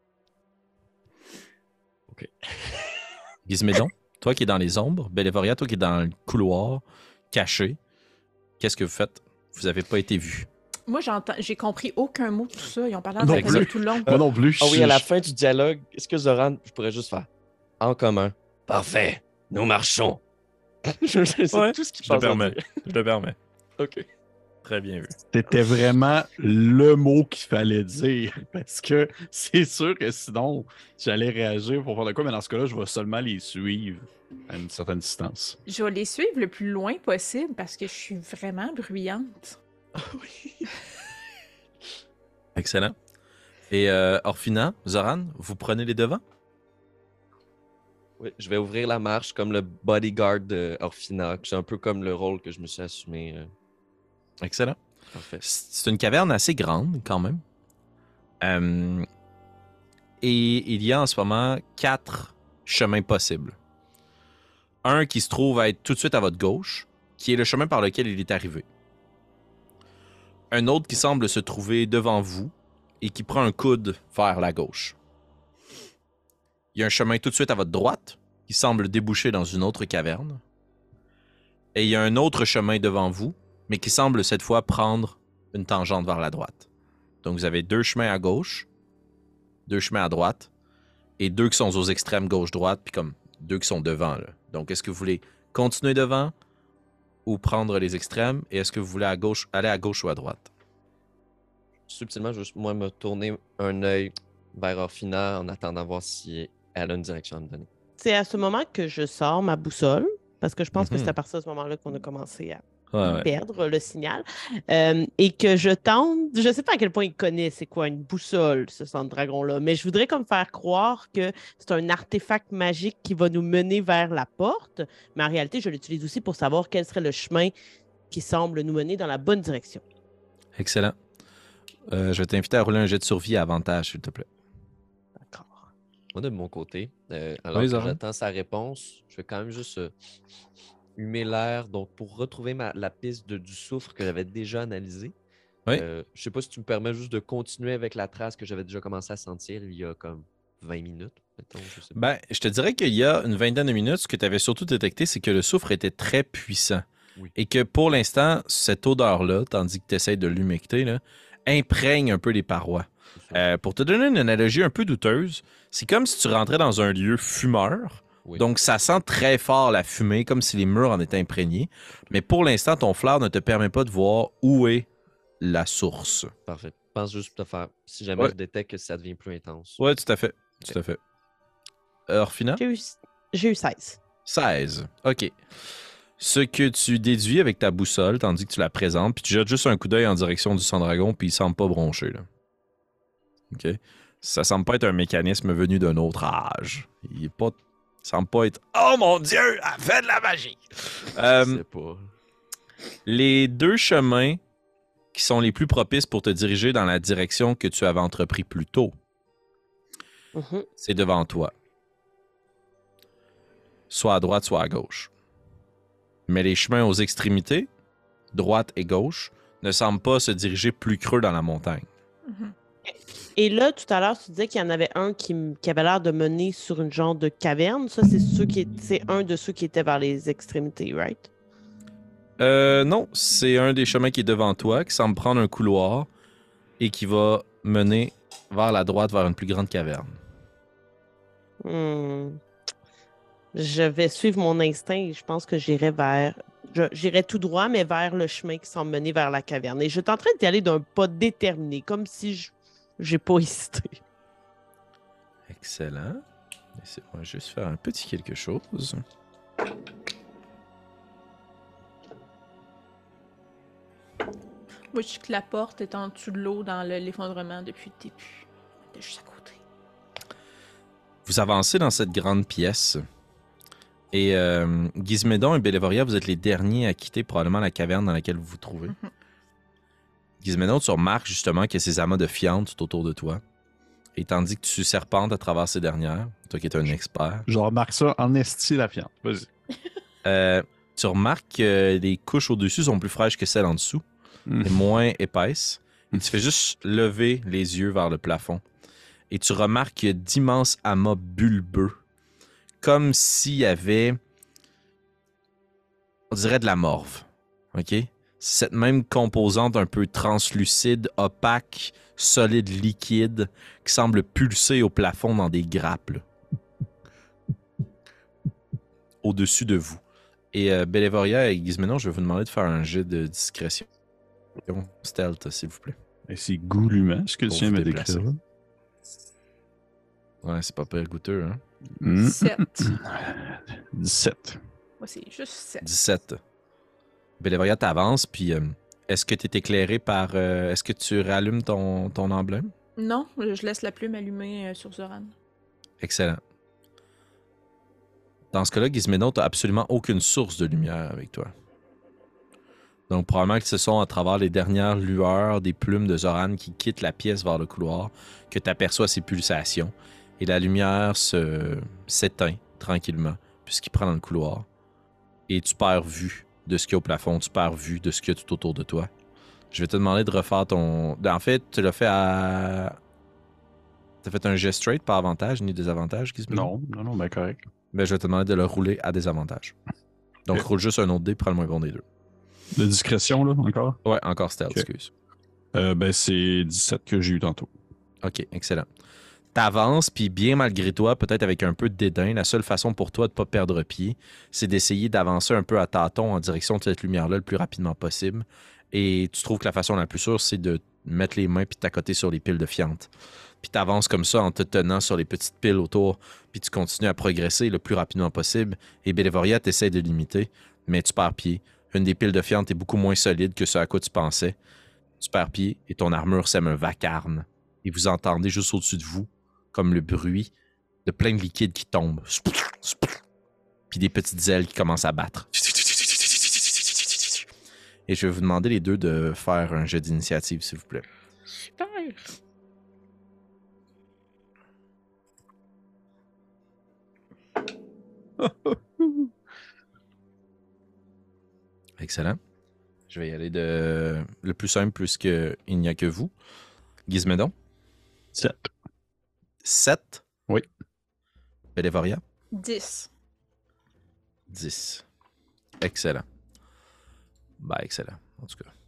OK. Gizmédon, toi qui es dans les ombres, Bélévoria, toi qui es dans le couloir, caché, qu'est-ce que vous faites? Vous n'avez pas été vu. Moi, j'ai compris aucun mot de tout ça. Ils ont parlé en Non anglais plus. tout le long. Moi non plus. Ah oui, à la fin du dialogue, est-ce que Zoran, je pourrais juste faire en commun? Parfait. Nous marchons. C'est Ouais, tout ce qu'il Je te pense à permets. dire. Je te permets. OK. Très bien vu. C'était vraiment le mot qu'il fallait dire. Parce que c'est sûr que sinon, j'allais réagir pour faire de quoi, mais dans ce cas-là, je vais seulement les suivre à une certaine distance. Je vais les suivre le plus loin possible parce que je suis vraiment bruyante. Excellent. Et Orphina, Zoran, vous prenez les devants? Oui, je vais ouvrir la marche comme le bodyguard de Orphina. C'est un peu comme le rôle que je me suis assumé. Excellent. Parfait. C'est une caverne assez grande, quand même. Et il y a en ce moment 4 chemins possibles. Un qui se trouve à être tout de suite à votre gauche, qui est le chemin par lequel il est arrivé. Un autre qui semble se trouver devant vous et qui prend un coude vers la gauche. Il y a un chemin tout de suite à votre droite qui semble déboucher dans une autre caverne. Et il y a un autre chemin devant vous, mais qui semble cette fois prendre une tangente vers la droite. Donc vous avez 2 chemins à gauche, 2 chemins à droite, et 2 qui sont aux extrêmes gauche-droite, puis comme 2 qui sont devant. Là. Donc est-ce que vous voulez continuer devant ou prendre les extrêmes, et est-ce que vous voulez aller à gauche ou à droite? Subtilement, juste moi me tourner un œil vers Orphina en attendant voir si elle a une direction à me donner. C'est à ce moment que je sors ma boussole, parce que je pense que c'est à partir de ce moment-là qu'on a commencé à perdre le signal, et que je tente, je ne sais pas à quel point il connaît c'est quoi une boussole, ce sang de dragon-là, mais je voudrais comme faire croire que c'est un artefact magique qui va nous mener vers la porte, mais en réalité, je l'utilise aussi pour savoir quel serait le chemin qui semble nous mener dans la bonne direction. Excellent. Je vais t'inviter à rouler un jet de survie à avantage, s'il te plaît. D'accord. Moi, de mon côté, alors Oui, que Zoran. j'attends sa réponse, je vais quand même juste humer l'air donc pour retrouver la piste du soufre que j'avais déjà analysée. Oui. Je sais pas si tu me permets juste de continuer avec la trace que j'avais déjà commencé à sentir il y a comme 20 minutes. Mettons, je sais pas. Ben, je te dirais qu'il y a une vingtaine de minutes, ce que tu avais surtout détecté, c'est que le soufre était très puissant. Oui. Et que pour l'instant, cette odeur-là, tandis que tu essaies de l'humecter, là, imprègne un peu les parois. Pour te donner une analogie un peu douteuse, c'est comme si tu rentrais dans un lieu fumeur. Oui. Donc, ça sent très fort la fumée, comme si les murs en étaient imprégnés. Mais pour l'instant, ton flair ne te permet pas de voir où est la source. Parfait. Pense juste te faire, si jamais Ouais. je détecte que ça devient plus intense. Oui, tout à fait. Tout à fait. Orphina? J'ai eu 16. 16. OK. Ce que tu déduis avec ta boussole, tandis que tu la présentes, puis tu jettes juste un coup d'œil en direction du sang dragon, puis il semble pas broncher. Là. OK? Ça semble pas être un mécanisme venu d'un autre âge. Il est pas... semble pas être « Oh mon Dieu, elle fait de la magie! » Je sais pas. Les deux chemins qui sont les plus propices pour te diriger dans la direction que tu avais entrepris plus tôt, c'est devant toi. Soit à droite, soit à gauche. Mais les chemins aux extrémités, droite et gauche, ne semblent pas se diriger plus creux dans la montagne. Et là, tout à l'heure, tu disais qu'il y en avait un qui avait l'air de mener sur une genre de caverne. Ça, c'est un de ceux qui étaient vers les extrémités, right? Non, c'est un des chemins qui est devant toi, qui semble prendre un couloir et qui va mener vers la droite, vers une plus grande caverne. Je vais suivre mon instinct et je pense que j'irai tout droit, mais vers le chemin qui semble mener vers la caverne. Et je suis en train d'y aller d'un pas déterminé, comme si j'ai pas hésité. Excellent. Laissez-moi juste faire un petit quelque chose. Moi, je sais que la porte est en dessous de l'eau dans l'effondrement depuis le début. Elle est juste à côté. Vous avancez dans cette grande pièce. Et Gizmédon et Bélévoria, vous êtes les derniers à quitter probablement la caverne dans laquelle vous vous trouvez. Gizmédon, tu remarques justement qu'il y a ces amas de fientes tout autour de toi. Et tandis que tu serpentes à travers ces dernières, toi qui es un expert. Je remarque ça en esti la fiente. Vas-y. Tu remarques que les couches au-dessus sont plus fraîches que celles en dessous. Et moins épaisses. Et tu fais juste lever les yeux vers le plafond. Et tu remarques qu'il y a d'immenses amas bulbeux. Comme s'il y avait, on dirait de la morve. OK? Cette même composante un peu translucide, opaque, solide, liquide, qui semble pulser au plafond dans des grappes. Là. Au-dessus de vous. Et Bélévoria et Gizmédon, je vais vous demander de faire un jet de discrétion. Stealth, s'il vous plaît. Et c'est goulûment, ce que tu viens de me décrire. Ouais, c'est pas pire goûteux, hein? 7. 17. Moi, c'est juste 7. 17. Bélévoria, t'avances, puis est-ce que tu es éclairé par... est-ce que tu rallumes ton emblème? Non, je laisse la plume allumée sur Zoran. Excellent. Dans ce cas-là, Gizmédon, t'as absolument aucune source de lumière avec toi. Donc, probablement que ce sont à travers les dernières lueurs des plumes de Zoran qui quittent la pièce vers le couloir que tu aperçois ces pulsations. Et la lumière s'éteint tranquillement puisqu'il prend dans le couloir. Et tu perds vue de ce qu'il y a au plafond, tu perds vue de ce qu'il y a tout autour de toi. Je vais te demander de refaire ton... En fait, tu l'as fait à... T'as fait un jet straight, pas avantage ni désavantage, Gizmédon? Non, ben correct. Ben, je vais te demander de le rouler à désavantage. Donc, roule juste un autre dé, prends le moins bon des deux. De discrétion, là, encore? Ouais, encore stealth, Okay. excuse. Ben, c'est 17 que j'ai eu tantôt. OK, excellent. T'avances, puis bien malgré toi, peut-être avec un peu de dédain, la seule façon pour toi de ne pas perdre pied, c'est d'essayer d'avancer un peu à tâtons en direction de cette lumière-là le plus rapidement possible. Et tu trouves que la façon la plus sûre, c'est de mettre les mains puis t'accoter sur les piles de fientes. Puis t'avances comme ça en te tenant sur les petites piles autour, puis tu continues à progresser le plus rapidement possible. Et Bélévoria t'essaie de limiter, mais tu perds pied. Une des piles de fientes est beaucoup moins solide que ce à quoi tu pensais. Tu perds pied et ton armure sème un vacarme. Et vous entendez juste au-dessus de vous, comme le bruit de plein de liquide qui tombe. Puis des petites ailes qui commencent à battre. Et je vais vous demander les deux de faire un jet d'initiative, s'il vous plaît. Super! Excellent. Je vais y aller de le plus simple puisqu'il n'y a que vous. Gizmédon? 7. 7? Oui. Bélévoria? 10. 10. Excellent. Ben, excellent, en tout cas.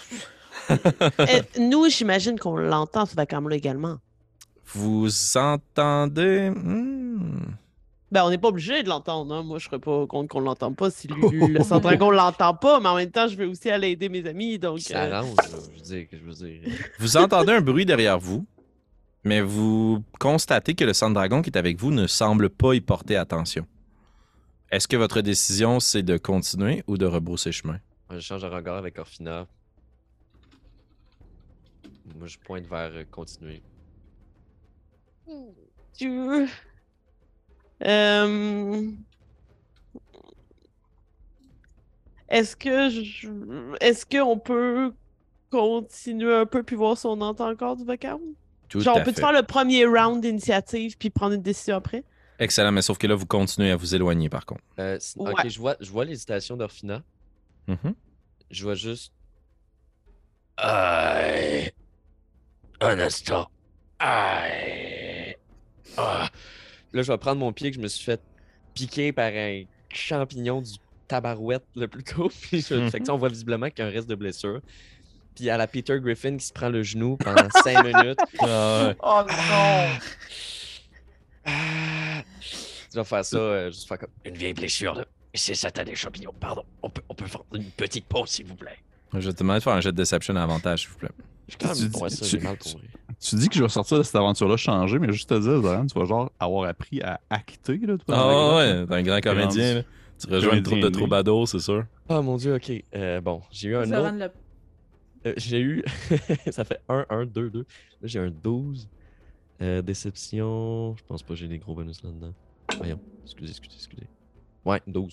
Nous, j'imagine qu'on l'entend, ce vacarme-là également. Vous entendez? Ben, on n'est pas obligé de l'entendre. Hein? Moi, je serais pas contre qu'on l'entende pas si le Sang-Dragon l'entend pas, mais en même temps, je vais aussi aller aider mes amis. Donc, Ça arrange, là, je veux dire. Vous entendez un bruit derrière vous, mais vous constatez que le Sang-Dragon qui est avec vous ne semble pas y porter attention. Est-ce que votre décision, c'est de continuer ou de rebrousser chemin? Je change de regard avec Orphina. Moi, je pointe vers continuer. Dieu. Euh, Est-ce qu'on peut continuer un peu puis voir si on entend encore du vacarme? Tout Genre, on à peut fait. faire le premier round d'initiative puis prendre une décision après? Excellent, mais sauf que là, vous continuez à vous éloigner, par contre. Ouais. Ok, je vois l'hésitation d'Orphina. Mhm. Je vois juste. Aïe. Un instant. Aïe. Ah. Là, je vais prendre mon pied que je me suis fait piquer par un champignon du tabarouette le plus tôt. Puis fait que ça, on voit visiblement qu'il y a un reste de blessure. Puis à la Peter Griffin qui se prend le genou pendant 5 minutes. Ah ouais. Oh non! Ah. Je vais faire ça, juste faire comme. Une vieille blessure, là. C'est ça, t'as des champignons. Pardon. On peut faire une petite pause, s'il vous plaît. Je vais te demander de faire un jet de deception à avantage, s'il vous plaît. Je quand Tu même. dis- Ouais, ça, tu- j'ai mal pour vrai. Tu dis que je vais sortir de cette aventure-là changé, mais juste te dire, Zoran, tu vas genre avoir appris à acter, là, toi, dans la Ah grotte, ouais, là. t'es un grand comédien, rendu- là. Tu rejoins une troupe de comédien né. troubadours, c'est sûr. Oh mon dieu, ok. Bon, j'ai eu un Zoran autre. le... J'ai eu. Ça fait 1, 1, 2, 2. Là, j'ai un 12. Déception. Je pense pas que j'ai des gros bonus là-dedans. Voyons. Excusez. Ouais, 12.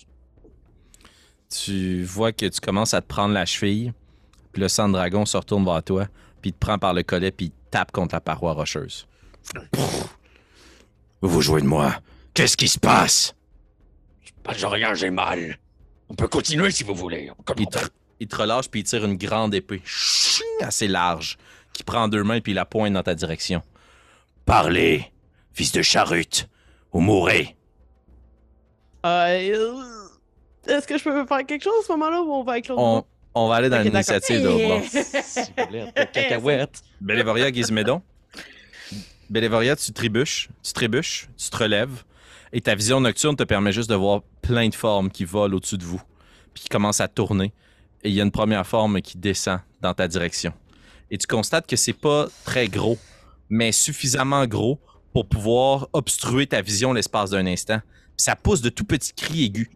Tu vois que tu commences à te prendre la cheville, puis le sang de dragon se retourne vers toi, puis il te prend par le collet, puis il te tape contre la paroi rocheuse. Vous vous jouez de moi. Qu'est-ce qui se passe? Pas de rien, j'ai mal. On peut continuer si vous voulez. On comprend pas. Il te relâche, puis il tire une grande épée, assez large, qui prend deux mains, puis il la pointe dans ta direction. Parlez, fils de charrute, ou mourrez. Est-ce que je peux faire quelque chose à ce moment-là ou on va avec l'autre On, groupe? on va aller dans Ok, l'initiative de d'accord. bon. S'il vous plaît, cacahuète. Bélévoria, Gizmédon. Bélévoria, tu trébuches, tu te relèves, et ta vision nocturne te permet juste de voir plein de formes qui volent au-dessus de vous, puis qui commencent à tourner, et il y a une première forme qui descend dans ta direction. Et tu constates que c'est pas très gros, mais suffisamment gros pour pouvoir obstruer ta vision l'espace d'un instant. Puis ça pousse de tout petits cris aigus.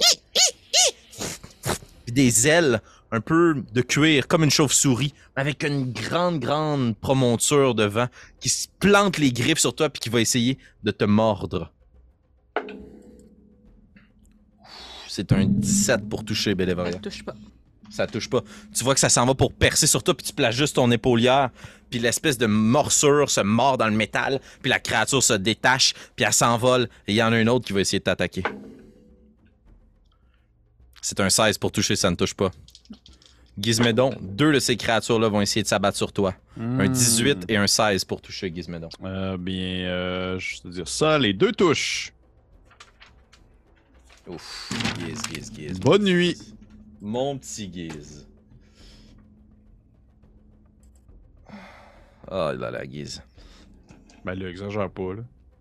Puis des ailes un peu de cuir, comme une chauve-souris, avec une grande promonture devant, qui se plante les griffes sur toi puis qui va essayer de te mordre. C'est un 17 pour toucher, Bélévoria. Ça touche pas. Ça touche pas. Tu vois que ça s'en va pour percer sur toi, puis tu places juste ton épaulière, puis l'espèce de morsure se mord dans le métal, puis la créature se détache, puis elle s'envole, et il y en a une autre qui va essayer de t'attaquer. C'est un 16 pour toucher, ça ne touche pas. Gizmédon, deux de ces créatures-là vont essayer de s'abattre sur toi. Un 18 et un 16 pour toucher, Gizmédon. Je te dire ça, les deux touches. Ouf, Giz. Bonne nuit. Mon petit Giz. Oh là là, Giz. Ben là, exagère pas, là.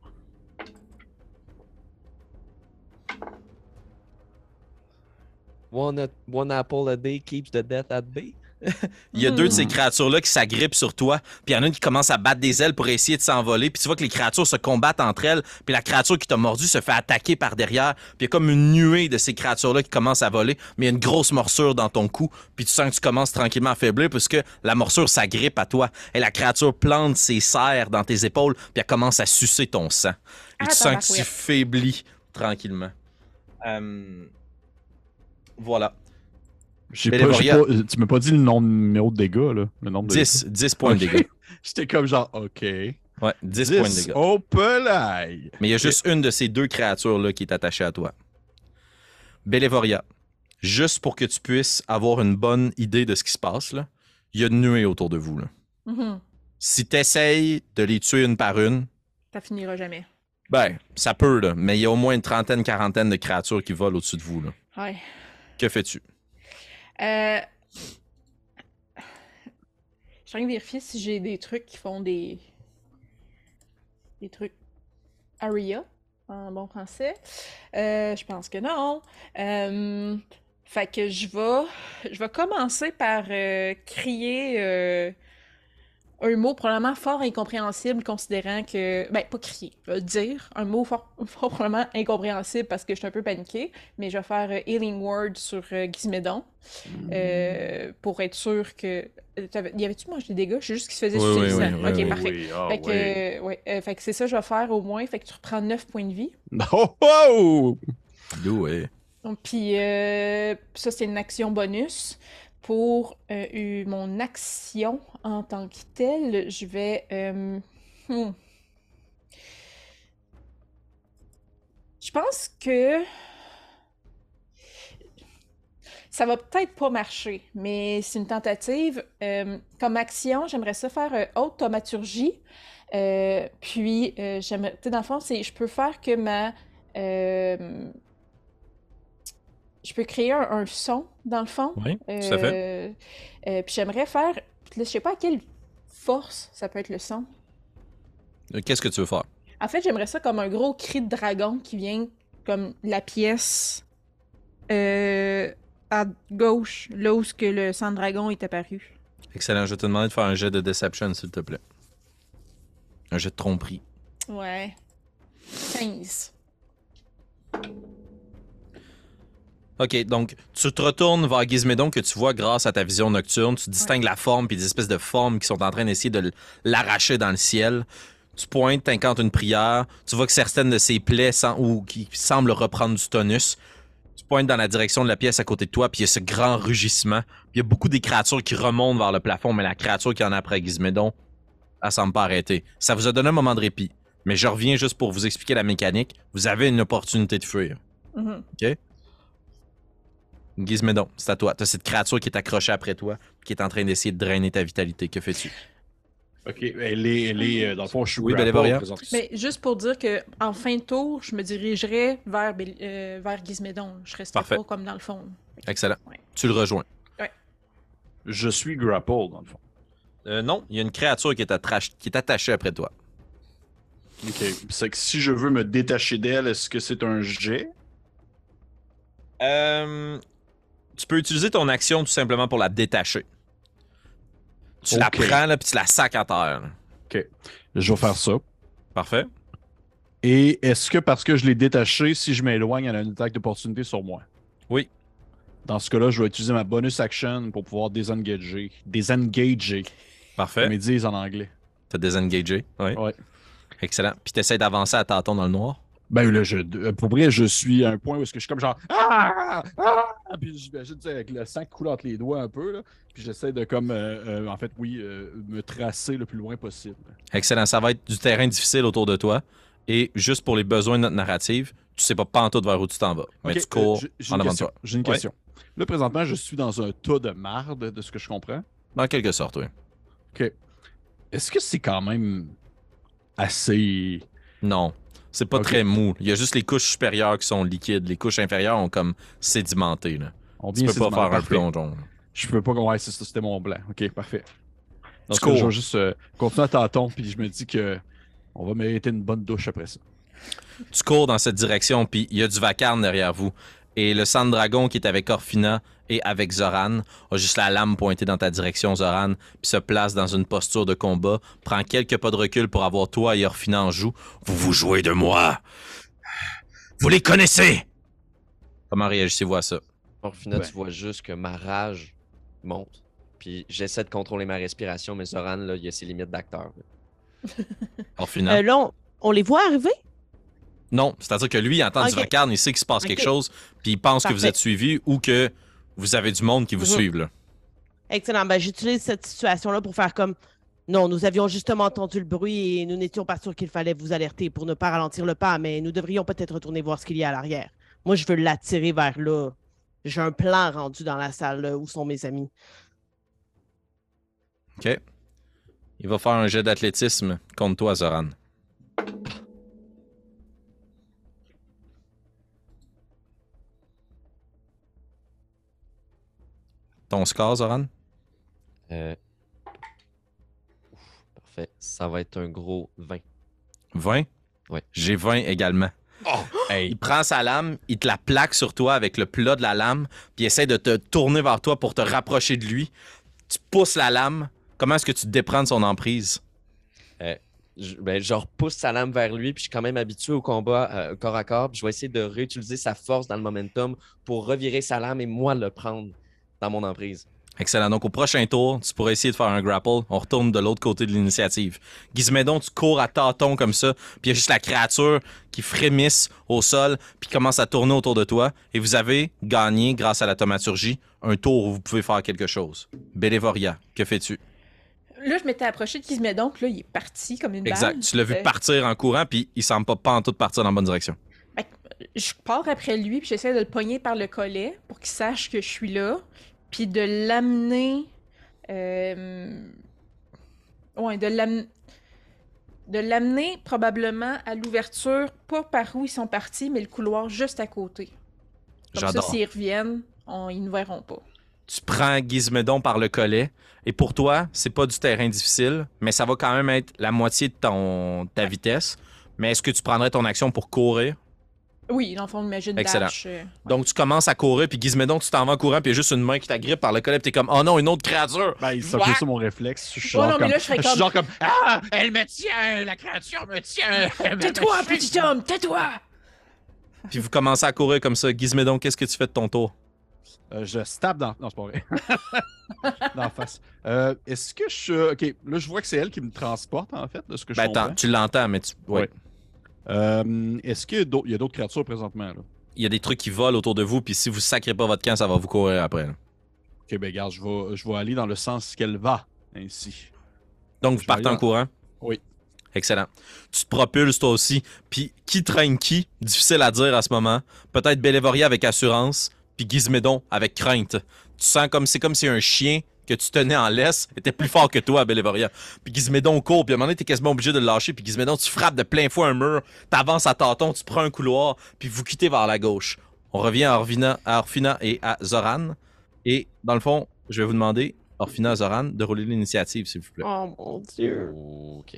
One apple a day keeps the death at bay. Il y a deux de ces créatures-là qui s'agrippent sur toi, puis il y en a une qui commence à battre des ailes pour essayer de s'envoler, puis tu vois que les créatures se combattent entre elles, puis la créature qui t'a mordu se fait attaquer par derrière, puis il y a comme une nuée de ces créatures-là qui commencent à voler, mais il y a une grosse morsure dans ton cou, puis tu sens que tu commences tranquillement à faiblir puisque la morsure s'agrippe à toi, et la créature plante ses serres dans tes épaules, puis elle commence à sucer ton sang. Et Ah, tu sens que tu tabarouette. faiblis tranquillement. Voilà. J'ai Bélévoria. pas, tu m'as pas dit le numéro de dégâts, là. Le nombre de 10 points de Ok. dégâts. J'étais comme genre, OK. Ouais, 10 points de dégâts. Oh, pelaille! Mais il y a juste une de ces deux créatures-là qui est attachée à toi. Bélévoria, juste pour que tu puisses avoir une bonne idée de ce qui se passe, là, il y a une nuée autour de vous. Là. Mhm. Si tu essayes de les tuer une par une, Ça finira jamais. ben, ça peut, là, mais il y a au moins une trentaine, quarantaine de créatures qui volent au-dessus de vous. Là. Ouais. Que fais-tu? Je suis en train de vérifier si j'ai des trucs qui font des trucs Aria en bon français. Je pense que non. Fait que je vais commencer par crier un mot probablement fort incompréhensible, considérant que... Ben, pas crier, je vais dire un mot fort probablement incompréhensible parce que je suis un peu paniquée, mais je vais faire Healing Word sur Gizmédon pour être sûr que Y avait-tu mangé des dégâts? Je sais juste qu'il se faisait Oui, sucer oui, le sang. oui, Ok, oui, parfait. Oui, ah, Fait que, fait que c'est ça que je vais faire au moins. Fait que tu reprends 9 points de vie. Oh, oh! Ouais. Puis ça, c'est une action bonus. Pour mon action en tant que telle, je vais... Je pense que ça va peut-être pas marcher, mais c'est une tentative. Comme action, j'aimerais ça faire haute thaumaturgie. Puis, j'aimerais, tu sais, dans le fond, je peux faire que je peux créer un son, dans le fond. Oui, tout à fait. Puis j'aimerais faire, je sais pas à quelle force ça peut être le son. Qu'est-ce que tu veux faire? En fait, j'aimerais ça comme un gros cri de dragon qui vient comme la pièce à gauche, là où que le sang de dragon est apparu. Excellent. Je vais te demander de faire un jet de Deception, s'il te plaît. Un jet de tromperie. Ouais. 15. OK, donc tu te retournes vers Gizmédon que tu vois grâce à ta vision nocturne. Tu distingues la forme puis des espèces de formes qui sont en train d'essayer de l'arracher dans le ciel. Tu pointes, t'incantes une prière. Tu vois que certaines de ses plaies ou qui semblent reprendre du tonus. Tu pointes dans la direction de la pièce à côté de toi, puis il y a ce grand rugissement. Puis il y a beaucoup des créatures qui remontent vers le plafond, mais la créature qui en a après Gizmédon, elle semble pas arrêter. Ça vous a donné un moment de répit. Mais je reviens juste pour vous expliquer la mécanique. Vous avez une opportunité de fuir. OK? Gizmédon, c'est à toi. T'as cette créature qui est accrochée après toi, qui est en train d'essayer de drainer ta vitalité. Que fais-tu? Ok, elle est dans le fond, je suis Oui, grapple Belévoria. présentement. Mais juste pour dire que en fin de tour, je me dirigerais vers Gizmédon. Je resterai Parfait. pas comme dans le fond. Excellent. Ouais. Tu le rejoins. Je suis grapple, dans le fond. Non, il y a une créature qui est attachée après toi. Ok, c'est que si je veux me détacher d'elle, est-ce que c'est un jet? Tu peux utiliser ton action tout simplement pour la détacher. Tu la Ok. prends là, puis tu la sacs à terre. Ok, je vais faire ça. Parfait. Et est-ce que parce que je l'ai détaché, si je m'éloigne, elle a une attaque d'opportunité sur moi? Oui. Dans ce cas-là, je vais utiliser ma bonus action pour pouvoir désengager. Désengager, Parfait. comme ils disent en anglais. T'as désengagé. Oui. Ouais. Excellent. Puis t'essaies d'avancer à tâtons dans le noir. Ben là, pour vrai, je suis à un point où est-ce que je suis comme genre ah! Ah! Puis j'imagine, tu sais, avec le sang qui coule entre les doigts un peu, là. Puis j'essaie de comme, en fait, me tracer le plus loin possible. Excellent. Ça va être du terrain difficile autour de toi. Et juste pour les besoins de notre narrative, tu sais pas pantoute vers où tu t'en vas. Mais Ok, tu cours j'ai en une avant de question. toi. J'ai une Ouais. question. Là, présentement, je suis dans un tas de marde, de ce que je comprends. Dans quelque sorte, oui. OK. Est-ce que c'est quand même assez... Non. C'est pas Ok. très mou. Il y a juste les couches supérieures qui sont liquides. Les couches inférieures ont comme sédimenté. Là. On Tu peux pas faire un plongeon. là. Je peux pas... Ouais, c'est ça, c'était mon blanc. OK, parfait. Dans Tu ce cas, je cours. vais juste continuer à tâton, puis je me dis que on va mériter une bonne douche après ça. Tu cours dans cette direction, puis il y a du vacarme derrière vous. Et le sang de dragon qui est avec Orphina et avec Zoran a juste la lame pointée dans ta direction, Zoran, puis se place dans une posture de combat, prend quelques pas de recul pour avoir toi et Orphina en joue. Vous vous jouez de moi. Vous les connaissez. Comment réagissez-vous à ça? Orphina, Ouais. tu vois juste que ma rage monte. Puis j'essaie de contrôler ma respiration, mais Zoran, là, il a ses limites d'acteur. Orphina? Là, on les voit arriver? Non, c'est-à-dire que lui, il entend du Ok. vacarme, il sait qu'il se passe Ok. quelque chose, puis il pense que vous Parfait. êtes suivi ou que vous avez du monde qui vous Mhm. suive. Là. Excellent. Ben, j'utilise cette situation-là pour faire comme non, nous avions justement entendu le bruit et nous n'étions pas sûrs qu'il fallait vous alerter pour ne pas ralentir le pas, mais nous devrions peut-être retourner voir ce qu'il y a à l'arrière. Moi, je veux l'attirer vers là. J'ai un plan rendu dans la salle là, où sont mes amis. OK. Il va faire un jet d'athlétisme contre toi, Zoran. Ton score, Zoran? Ouf, parfait. Ça va être un gros 20. 20? Ouais. J'ai 20 également. Il prend sa lame, il te la plaque sur toi avec le plat de la lame, puis il essaie de te tourner vers toi pour te rapprocher de lui. Tu pousses la lame. Comment est-ce que tu te déprends de son emprise? Je repousse sa lame vers lui, puis je suis quand même habitué au combat corps à corps. Puis je vais essayer de réutiliser sa force dans le momentum pour revirer sa lame et moi le prendre dans mon emprise. Excellent. Donc, au prochain tour, tu pourrais essayer de faire un grapple. On retourne de l'autre côté de l'initiative. Gizmédon, tu cours à tâtons comme ça, puis il y a juste la créature qui frémisse au sol, puis commence à tourner autour de toi. Et vous avez gagné, grâce à la thaumaturgie, un tour où vous pouvez faire quelque chose. Bélévoria, que fais-tu? Là, je m'étais approché de Gizmédon, puis là, il est parti comme une balle. Exact. Tu l'as vu partir en courant, puis il semble pas en tout partir dans la bonne direction. Je pars après lui, puis j'essaie de le pogner par le collet pour qu'il sache que je suis là, puis de l'amener... Ouais, de l'amener probablement à l'ouverture, pas par où ils sont partis, mais le couloir juste à côté. Comme J'adore. ça, s'ils reviennent, ils ne verront pas. Tu prends Gizmédon par le collet, et pour toi, c'est pas du terrain difficile, mais ça va quand même être la moitié de ta vitesse. Mais est-ce que tu prendrais ton action pour courir? Oui, dans le fond, imagine Excellent. dash. Donc, tu commences à courir, puis Gizmédon, tu t'en vas en courant, puis il y a juste une main qui t'agrippe par le collet, puis t'es comme, oh non, une autre créature! Ben, c'est un peu ça mon réflexe. Je suis Oh genre non, mais comme... là, je serais je suis comme... genre comme... Ah, elle me tient, la créature me tient. Tais-toi, petit homme, tais-toi! Puis vous commencez à courir comme ça. Gizmédon, qu'est-ce que tu fais de ton tour? Je stab dans... Non, c'est pas vrai. Dans la face. Est-ce que je... OK, là, je vois que c'est elle qui me transporte, en fait, de ce que je Ben, comprends. tu l'entends, mais tu. Ouais. Ouais. Est-ce qu'il y a d'autres créatures présentement, là? Il y a des trucs qui volent autour de vous, puis si vous sacrez pas votre camp, ça va vous courir après. Là. OK, ben, regarde, je vais aller dans le sens qu'elle va, ainsi. Donc, vous Je vais partez aller en courant? Oui. Excellent. Tu te propulses toi aussi, puis qui traîne qui? Difficile à dire à ce moment. Peut-être Bélévoria avec assurance, puis Gizmédon avec crainte. Tu sens comme c'est comme si un chien que tu tenais en laisse était plus fort que toi, Bélévoria. Puis Gizmédon court, puis à un moment donné, t'es quasiment obligé de le lâcher, puis Gizmédon, tu frappes de plein fouet un mur, t'avances à tâtons, tu prends un couloir, puis vous quittez vers la gauche. On revient à Orphina et à Zoran. Et dans le fond, je vais vous demander, Orphina, Zoran, de rouler l'initiative, s'il vous plaît. Oh mon Dieu. Ok.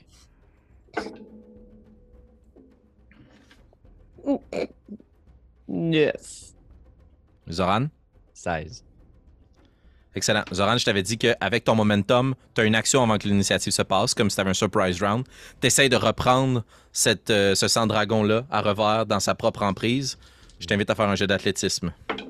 Yes. Zoran? 16. Excellent. Zoran, je t'avais dit qu'avec ton momentum, tu as une action avant que l'initiative se passe, comme si tu avais un surprise round. Tu essaies de reprendre ce sang-dragon-là à revers dans sa propre emprise. Je t'invite à faire un jet d'athlétisme.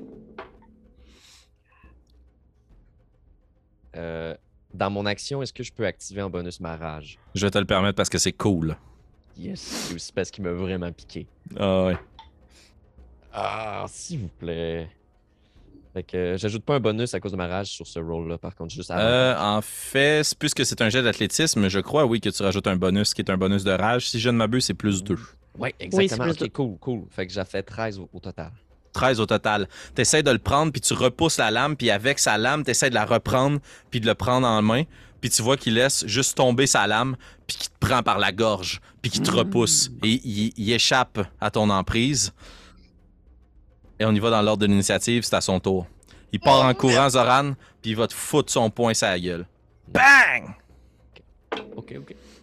Dans mon action, est-ce que je peux activer en bonus ma rage? Je vais te le permettre parce que c'est cool. Yes. C'est aussi parce qu'il m'a vraiment piqué. Ah ouais. Ah, s'il vous plaît. Fait que j'ajoute pas un bonus à cause de ma rage sur ce roll-là, par contre, juste avant. En fait, puisque c'est un jet d'athlétisme, je crois, oui, que tu rajoutes un bonus qui est un bonus de rage. Si je ne m'abuse, c'est plus 2. Ouais, exactement. c'est plus Ok, cool. Fait que j'ai fait 13 au total. 13 au total. Tu essaies de le prendre, puis tu repousses la lame, puis avec sa lame, tu essaies de la reprendre, puis de le prendre en main. Puis tu vois qu'il laisse juste tomber sa lame, puis qu'il te prend par la gorge, puis qu'il te repousse. Et il échappe à ton emprise. Et on y va dans l'ordre de l'initiative, c'est à son tour. Il part en courant, Zoran, puis il va te foutre son poing sur la gueule. Bang! Ok.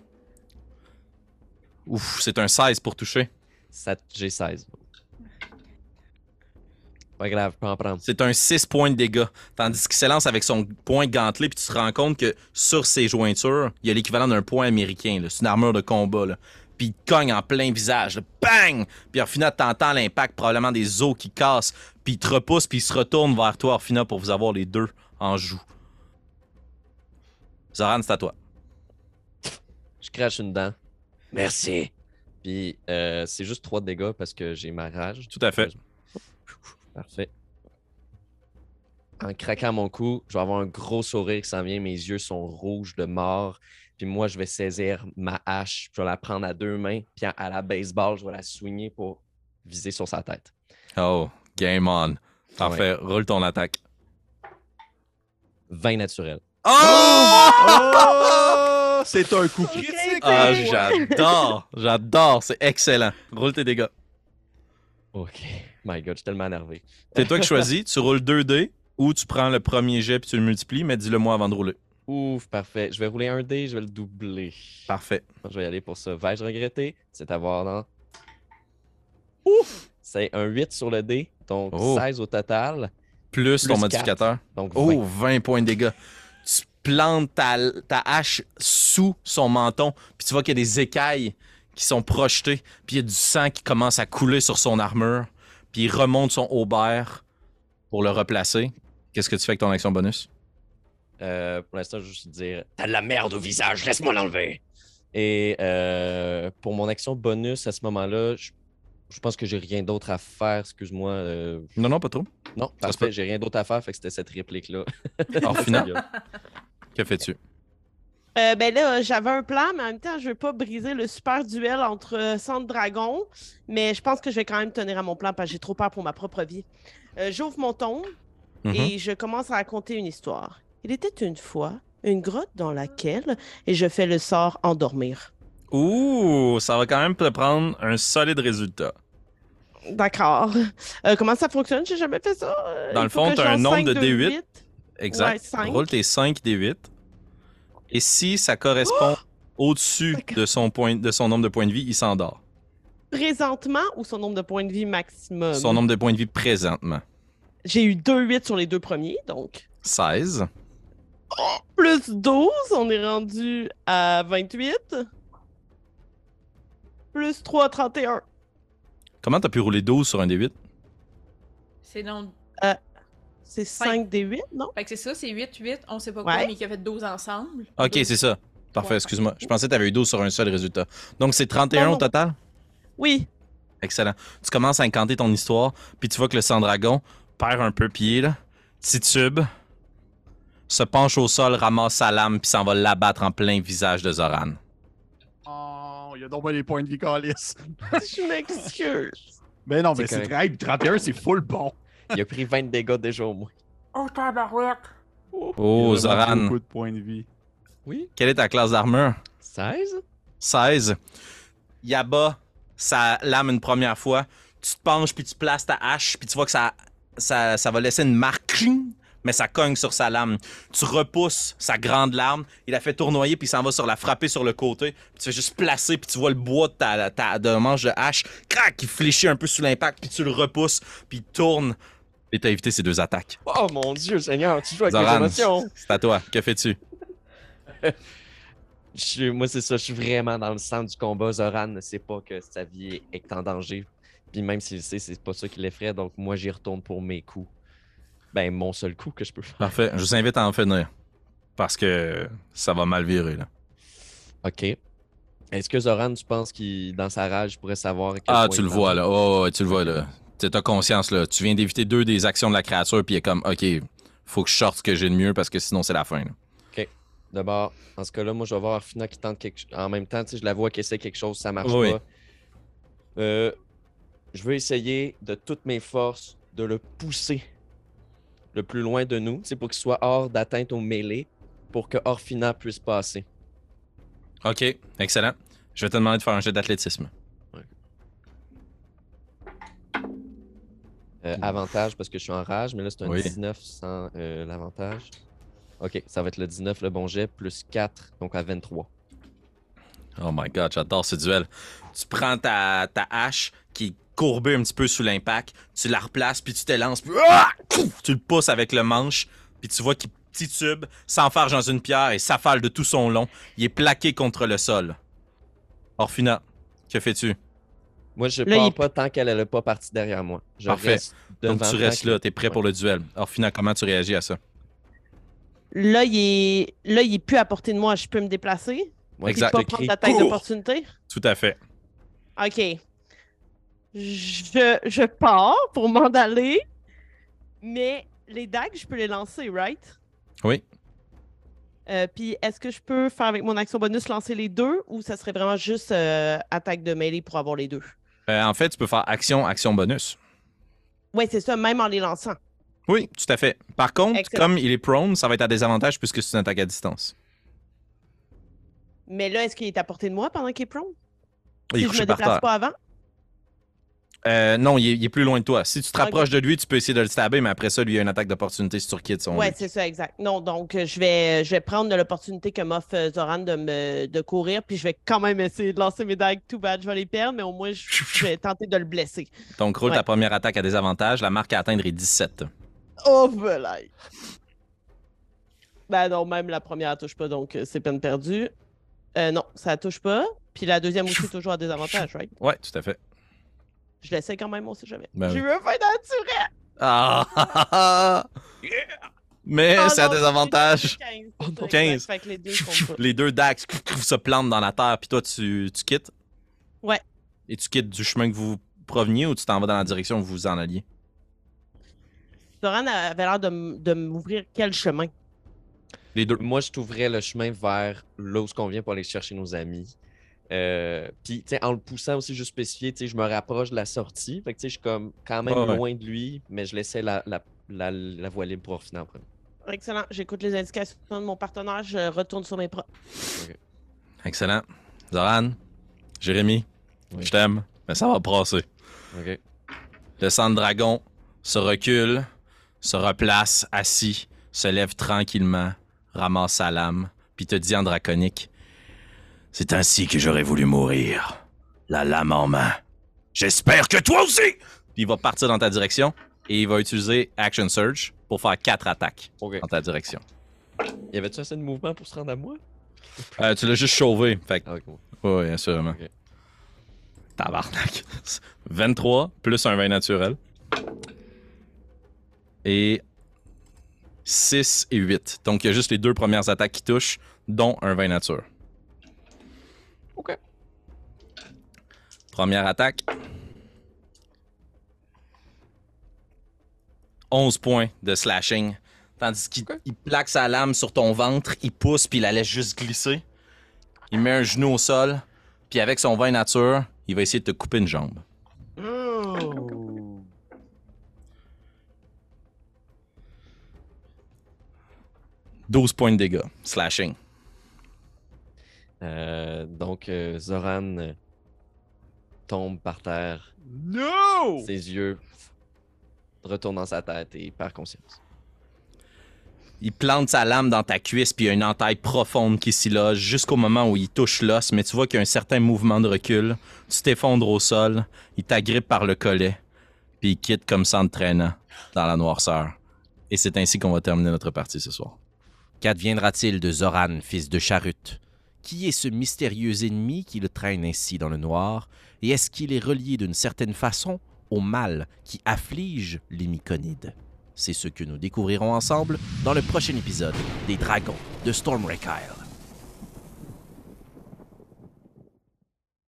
Ouf, c'est un 16 pour toucher. J'ai 16. Pas grave, je peux en prendre. C'est un 6 points de dégâts. Tandis qu'il s'élance avec son poing gantelé, puis tu te rends compte que sur ses jointures, il y a l'équivalent d'un poing américain. là. C'est une armure de combat. Là. Puis il te cogne en plein visage. là. Bang! Puis Orphina, t'entends l'impact, probablement des os qui cassent. Puis il te repousse, puis il se retourne vers toi, Orphina, pour vous avoir les deux en joue. Zoran, c'est à toi. Je crache une dent. Merci. Puis c'est juste 3 dégâts parce que j'ai ma rage. Tout à fait. Parfait. En craquant mon cou, je vais avoir un gros sourire qui s'en vient. Mes yeux sont rouges de mort. Puis moi, je vais saisir ma hache. Je vais la prendre à 2 mains. Puis à la baseball, je vais la soigner pour viser sur sa tête. Oh, game on. Parfait, roule ton attaque. 20 naturel. Oh! Oh! C'est un coup critique! Ah, j'adore, c'est excellent. Roule tes dégâts. Ok. My God, je suis tellement énervé. C'est toi qui choisis, tu roules 2 dés ou tu prends le premier jet puis tu le multiplies, mais dis-le moi avant de rouler. Ouf, parfait. Je vais rouler un dé, je vais le doubler. Parfait. Je vais y aller pour ça. Vais-je regretter? C'est à voir dans... Ouf! C'est un 8 sur le dé, donc Oh. 16 au total. Plus ton Plus modificateur. Donc 20. Oh, 20 points de dégâts. Tu plantes ta hache sous son menton, puis tu vois qu'il y a des écailles qui sont projetées, puis il y a du sang qui commence à couler sur son armure, puis il remonte son haubert pour le replacer. Qu'est-ce que tu fais avec ton action bonus? Pour l'instant, je vais juste dire. T'as de la merde au visage, laisse-moi l'enlever. Et pour mon action bonus à ce moment-là, je pense que j'ai rien d'autre à faire. Excuse-moi. Non, pas trop. Non, Ça se peut. parfait, j'ai rien d'autre à faire. Fait que c'était cette réplique-là. Orphina, que fais-tu? Ben là, j'avais un plan, mais en même temps, je veux pas briser le super duel entre Centre Dragon, mais je pense que je vais quand même tenir à mon plan parce que j'ai trop peur pour ma propre vie. J'ouvre mon tombe et je commence à raconter une histoire. Il était une fois une grotte dans laquelle, et je fais le sort endormir. Ouh, ça va quand même te prendre un solide résultat. D'accord. Comment ça fonctionne? J'ai jamais fait ça. Dans Il le faut fond, que tu je as un lance nombre 5 de D8. 8. Exact. Ouais, 5. Roule tes 5 D8. Et si ça correspond au-dessus de son nombre de points de vie, il s'endort. Présentement ou son nombre de points de vie maximum? Son nombre de points de vie présentement. J'ai eu 2 8 sur les 2 premiers, donc. 16. Plus 12, on est rendu à 28. Plus 3, 31. Comment t'as pu rouler 12 sur un D8? C'est donc. C'est 5 des 8, non? Fait que c'est ça, c'est 8, on sait pas quoi, Ouais. mais qui a fait 12 ensemble. Ok, 12. c'est ça. Parfait, Ouais. excuse-moi. Je pensais que t'avais eu 12 sur un seul résultat. Donc c'est 31 Non. au total? Oui. Excellent. Tu commences à incanter ton histoire, puis tu vois que le sang-dragon perd un peu pied, là, titube, se penche au sol, ramasse sa lame, puis s'en va l'abattre en plein visage de Zoran. Oh, il y a donc pas des points de vie calice. Je m'excuse. Mais non, C'est mais c'est correct. très. 31, c'est full bon. Il a pris 20 dégâts déjà au moins. Oh, tabarouette! Oh, Il y a vraiment Zoran, beaucoup de points de vie. Oui. quelle est ta classe d'armure? 16? 16. Il abat sa lame une première fois. Tu te penches, puis tu places ta hache, puis tu vois que ça va laisser une marque, cling, mais ça cogne sur sa lame. Tu repousses sa grande lame, il la fait tournoyer, puis il s'en va sur la frapper sur le côté. Puis tu fais juste placer, puis tu vois le bois de manche de hache, crac, il fléchit un peu sous l'impact, puis tu le repousses, puis il tourne. Et t'as évité ces deux attaques. Oh mon Dieu, Seigneur, tu joues avec mes Zoran, émotions. c'est à toi. Que fais-tu? Moi, c'est ça, je suis vraiment dans le centre du combat. Zoran ne sait pas que sa vie est en danger. Puis même s'il le sait, c'est pas ça qui l'effraie. Donc moi, j'y retourne pour mes coups. Ben, mon seul coup que je peux faire. Parfait. Je vous invite à en finir. Parce que ça va mal virer, là. OK. Est-ce que Zoran, tu penses qu'il, dans sa rage, pourrait savoir... à quel Ah, point tu il le est vois, en là. Oh, ouais, tu le vois, là. T'as conscience, là. Tu viens d'éviter 2 des actions de la créature, puis il est comme, OK, faut que je sorte ce que j'ai de mieux, parce que sinon, c'est la fin, là. D'abord, dans ce cas-là, moi, je vais voir Arfina qui tente quelque chose. En même temps, tu sais, je la vois qui essaie quelque chose, ça marche Oui. pas. Je veux essayer de toutes mes forces de le pousser le plus loin de nous, c'est pour qu'il soit hors d'atteinte au mêlée, pour que Orphina puisse passer. OK, excellent. Je vais te demander de faire un jet d'athlétisme. Avantage parce que je suis en rage, mais là, c'est un Oui. 19 sans l'avantage. OK, ça va être le 19, le bon jet, plus 4, donc à 23. Oh my God, j'adore ce duel. Tu prends ta hache qui est courbée un petit peu sous l'impact, tu la replaces, puis tu te lances, puis tu le pousses avec le manche, puis tu vois qu'il titube, s'enfarge dans une pierre et s'affale de tout son long. Il est plaqué contre le sol. Orphina, que fais-tu? Moi, je Là, pars il- pas tant qu'elle n'est pas partie derrière moi. Je Parfait. reste devant Donc tu restes tant là, que- t'es prêt pour Ouais. le duel. Orphina, comment tu réagis à ça? Là, il est plus à portée de moi. Je peux me déplacer? Ouais, Exact. Puis pas je prendre crie, l'attaque cours! d'opportunité? Tout à fait. OK. Je pars pour m'en aller, mais les dagues, je peux les lancer, right? Oui. Puis est-ce que je peux faire avec mon action bonus lancer les deux ou ça serait vraiment juste attaque de mêlée pour avoir les deux? En fait, tu peux faire action, action bonus. Oui, c'est ça, même en les lançant. Oui, tout à fait. Par contre, Excellent. comme il est prone, ça va être à désavantage puisque c'est une attaque à distance. Mais là, est-ce qu'il est à portée de moi pendant qu'il est prone? Il est Si je couché me par déplace terre. pas avant? Non, il est plus loin de toi. Si tu te Ok. rapproches de lui, tu peux essayer de le stabber, mais après ça, lui, il a une attaque d'opportunité si tu requittes son. Ouais, look. c'est ça, exact. Non, donc je vais prendre l'opportunité que m'offre Zoran de courir, puis je vais quand même essayer de lancer mes dagues. Too bad, je vais les perdre, mais au moins, je vais tenter de le blesser. Donc, roule Ouais. ta première attaque à désavantage. La marque à atteindre est 17. Oh, voilà! Ben non, même la première, elle touche pas, donc c'est peine perdue. Non, ça touche pas. Puis la deuxième aussi, toujours à désavantage, right? Ouais, tout à fait. Je l'essaie quand même, on sait jamais. Ben J'ai oui. eu un fin naturel! Ah! Mais Oh c'est à non, désavantage. 15. 15. Fait que les deux sont pas. Les deux dagues se plantent dans la terre, puis toi, tu quittes. Ouais. Et tu quittes du chemin que vous proveniez ou tu t'en vas dans la direction où vous vous en alliez? Zoran avait l'air de m'ouvrir quel chemin? Les deux. Moi, je t'ouvrais le chemin vers là où on vient pour aller chercher nos amis. Puis, tu sais, en le poussant aussi, juste spécifié, tu sais, je me rapproche de la sortie. Fait que, tu sais, je suis comme quand même Ouais. loin de lui, mais je laissais la voie libre pour finir après. Excellent. J'écoute les indications de mon partenaire. Je retourne sur mes pas. Excellent. Zoran, Jérémy, Oui. je t'aime, mais ça va passer. OK. Le sang de dragon se recule, se replace, assis, se lève tranquillement, ramasse sa lame, puis te dit en draconique: C'est ainsi que j'aurais voulu mourir. La lame en main. J'espère que toi aussi! Puis il va partir dans ta direction et il va utiliser Action Surge pour faire 4 attaques OK. dans ta direction. Y avait-tu assez de mouvement pour se rendre à moi? Tu l'as juste chauvé, fait que... Ah, OK. Oui, assurément. Ok. Tabarnak. 23 plus un 20 naturel. Et 6 et 8. Donc il y a juste les deux premières attaques qui touchent, dont un 20 nature. OK. Première attaque. 11 points de slashing. Tandis qu'il il plaque sa lame sur ton ventre, il pousse puis il la laisse juste glisser. Il met un genou au sol, puis avec son 20 nature, il va essayer de te couper une jambe. Oh. 12 points de dégâts, slashing. Donc, Zoran tombe par terre. No! Ses yeux retournent dans sa tête et il perd conscience. Il plante sa lame dans ta cuisse, puis il y a une entaille profonde qui s'y loge jusqu'au moment où il touche l'os, mais tu vois qu'il y a un certain mouvement de recul. Tu t'effondres au sol, il t'agrippe par le collet, puis il quitte comme ça en te traînant dans la noirceur. Et c'est ainsi qu'on va terminer notre partie ce soir. Qu'adviendra-t-il de Zoran, fils de Charut? Qui est ce mystérieux ennemi qui le traîne ainsi dans le noir? Et est-ce qu'il est relié d'une certaine façon au mal qui afflige les Myconides? C'est ce que nous découvrirons ensemble dans le prochain épisode des Dragons de Stormwreck Isle.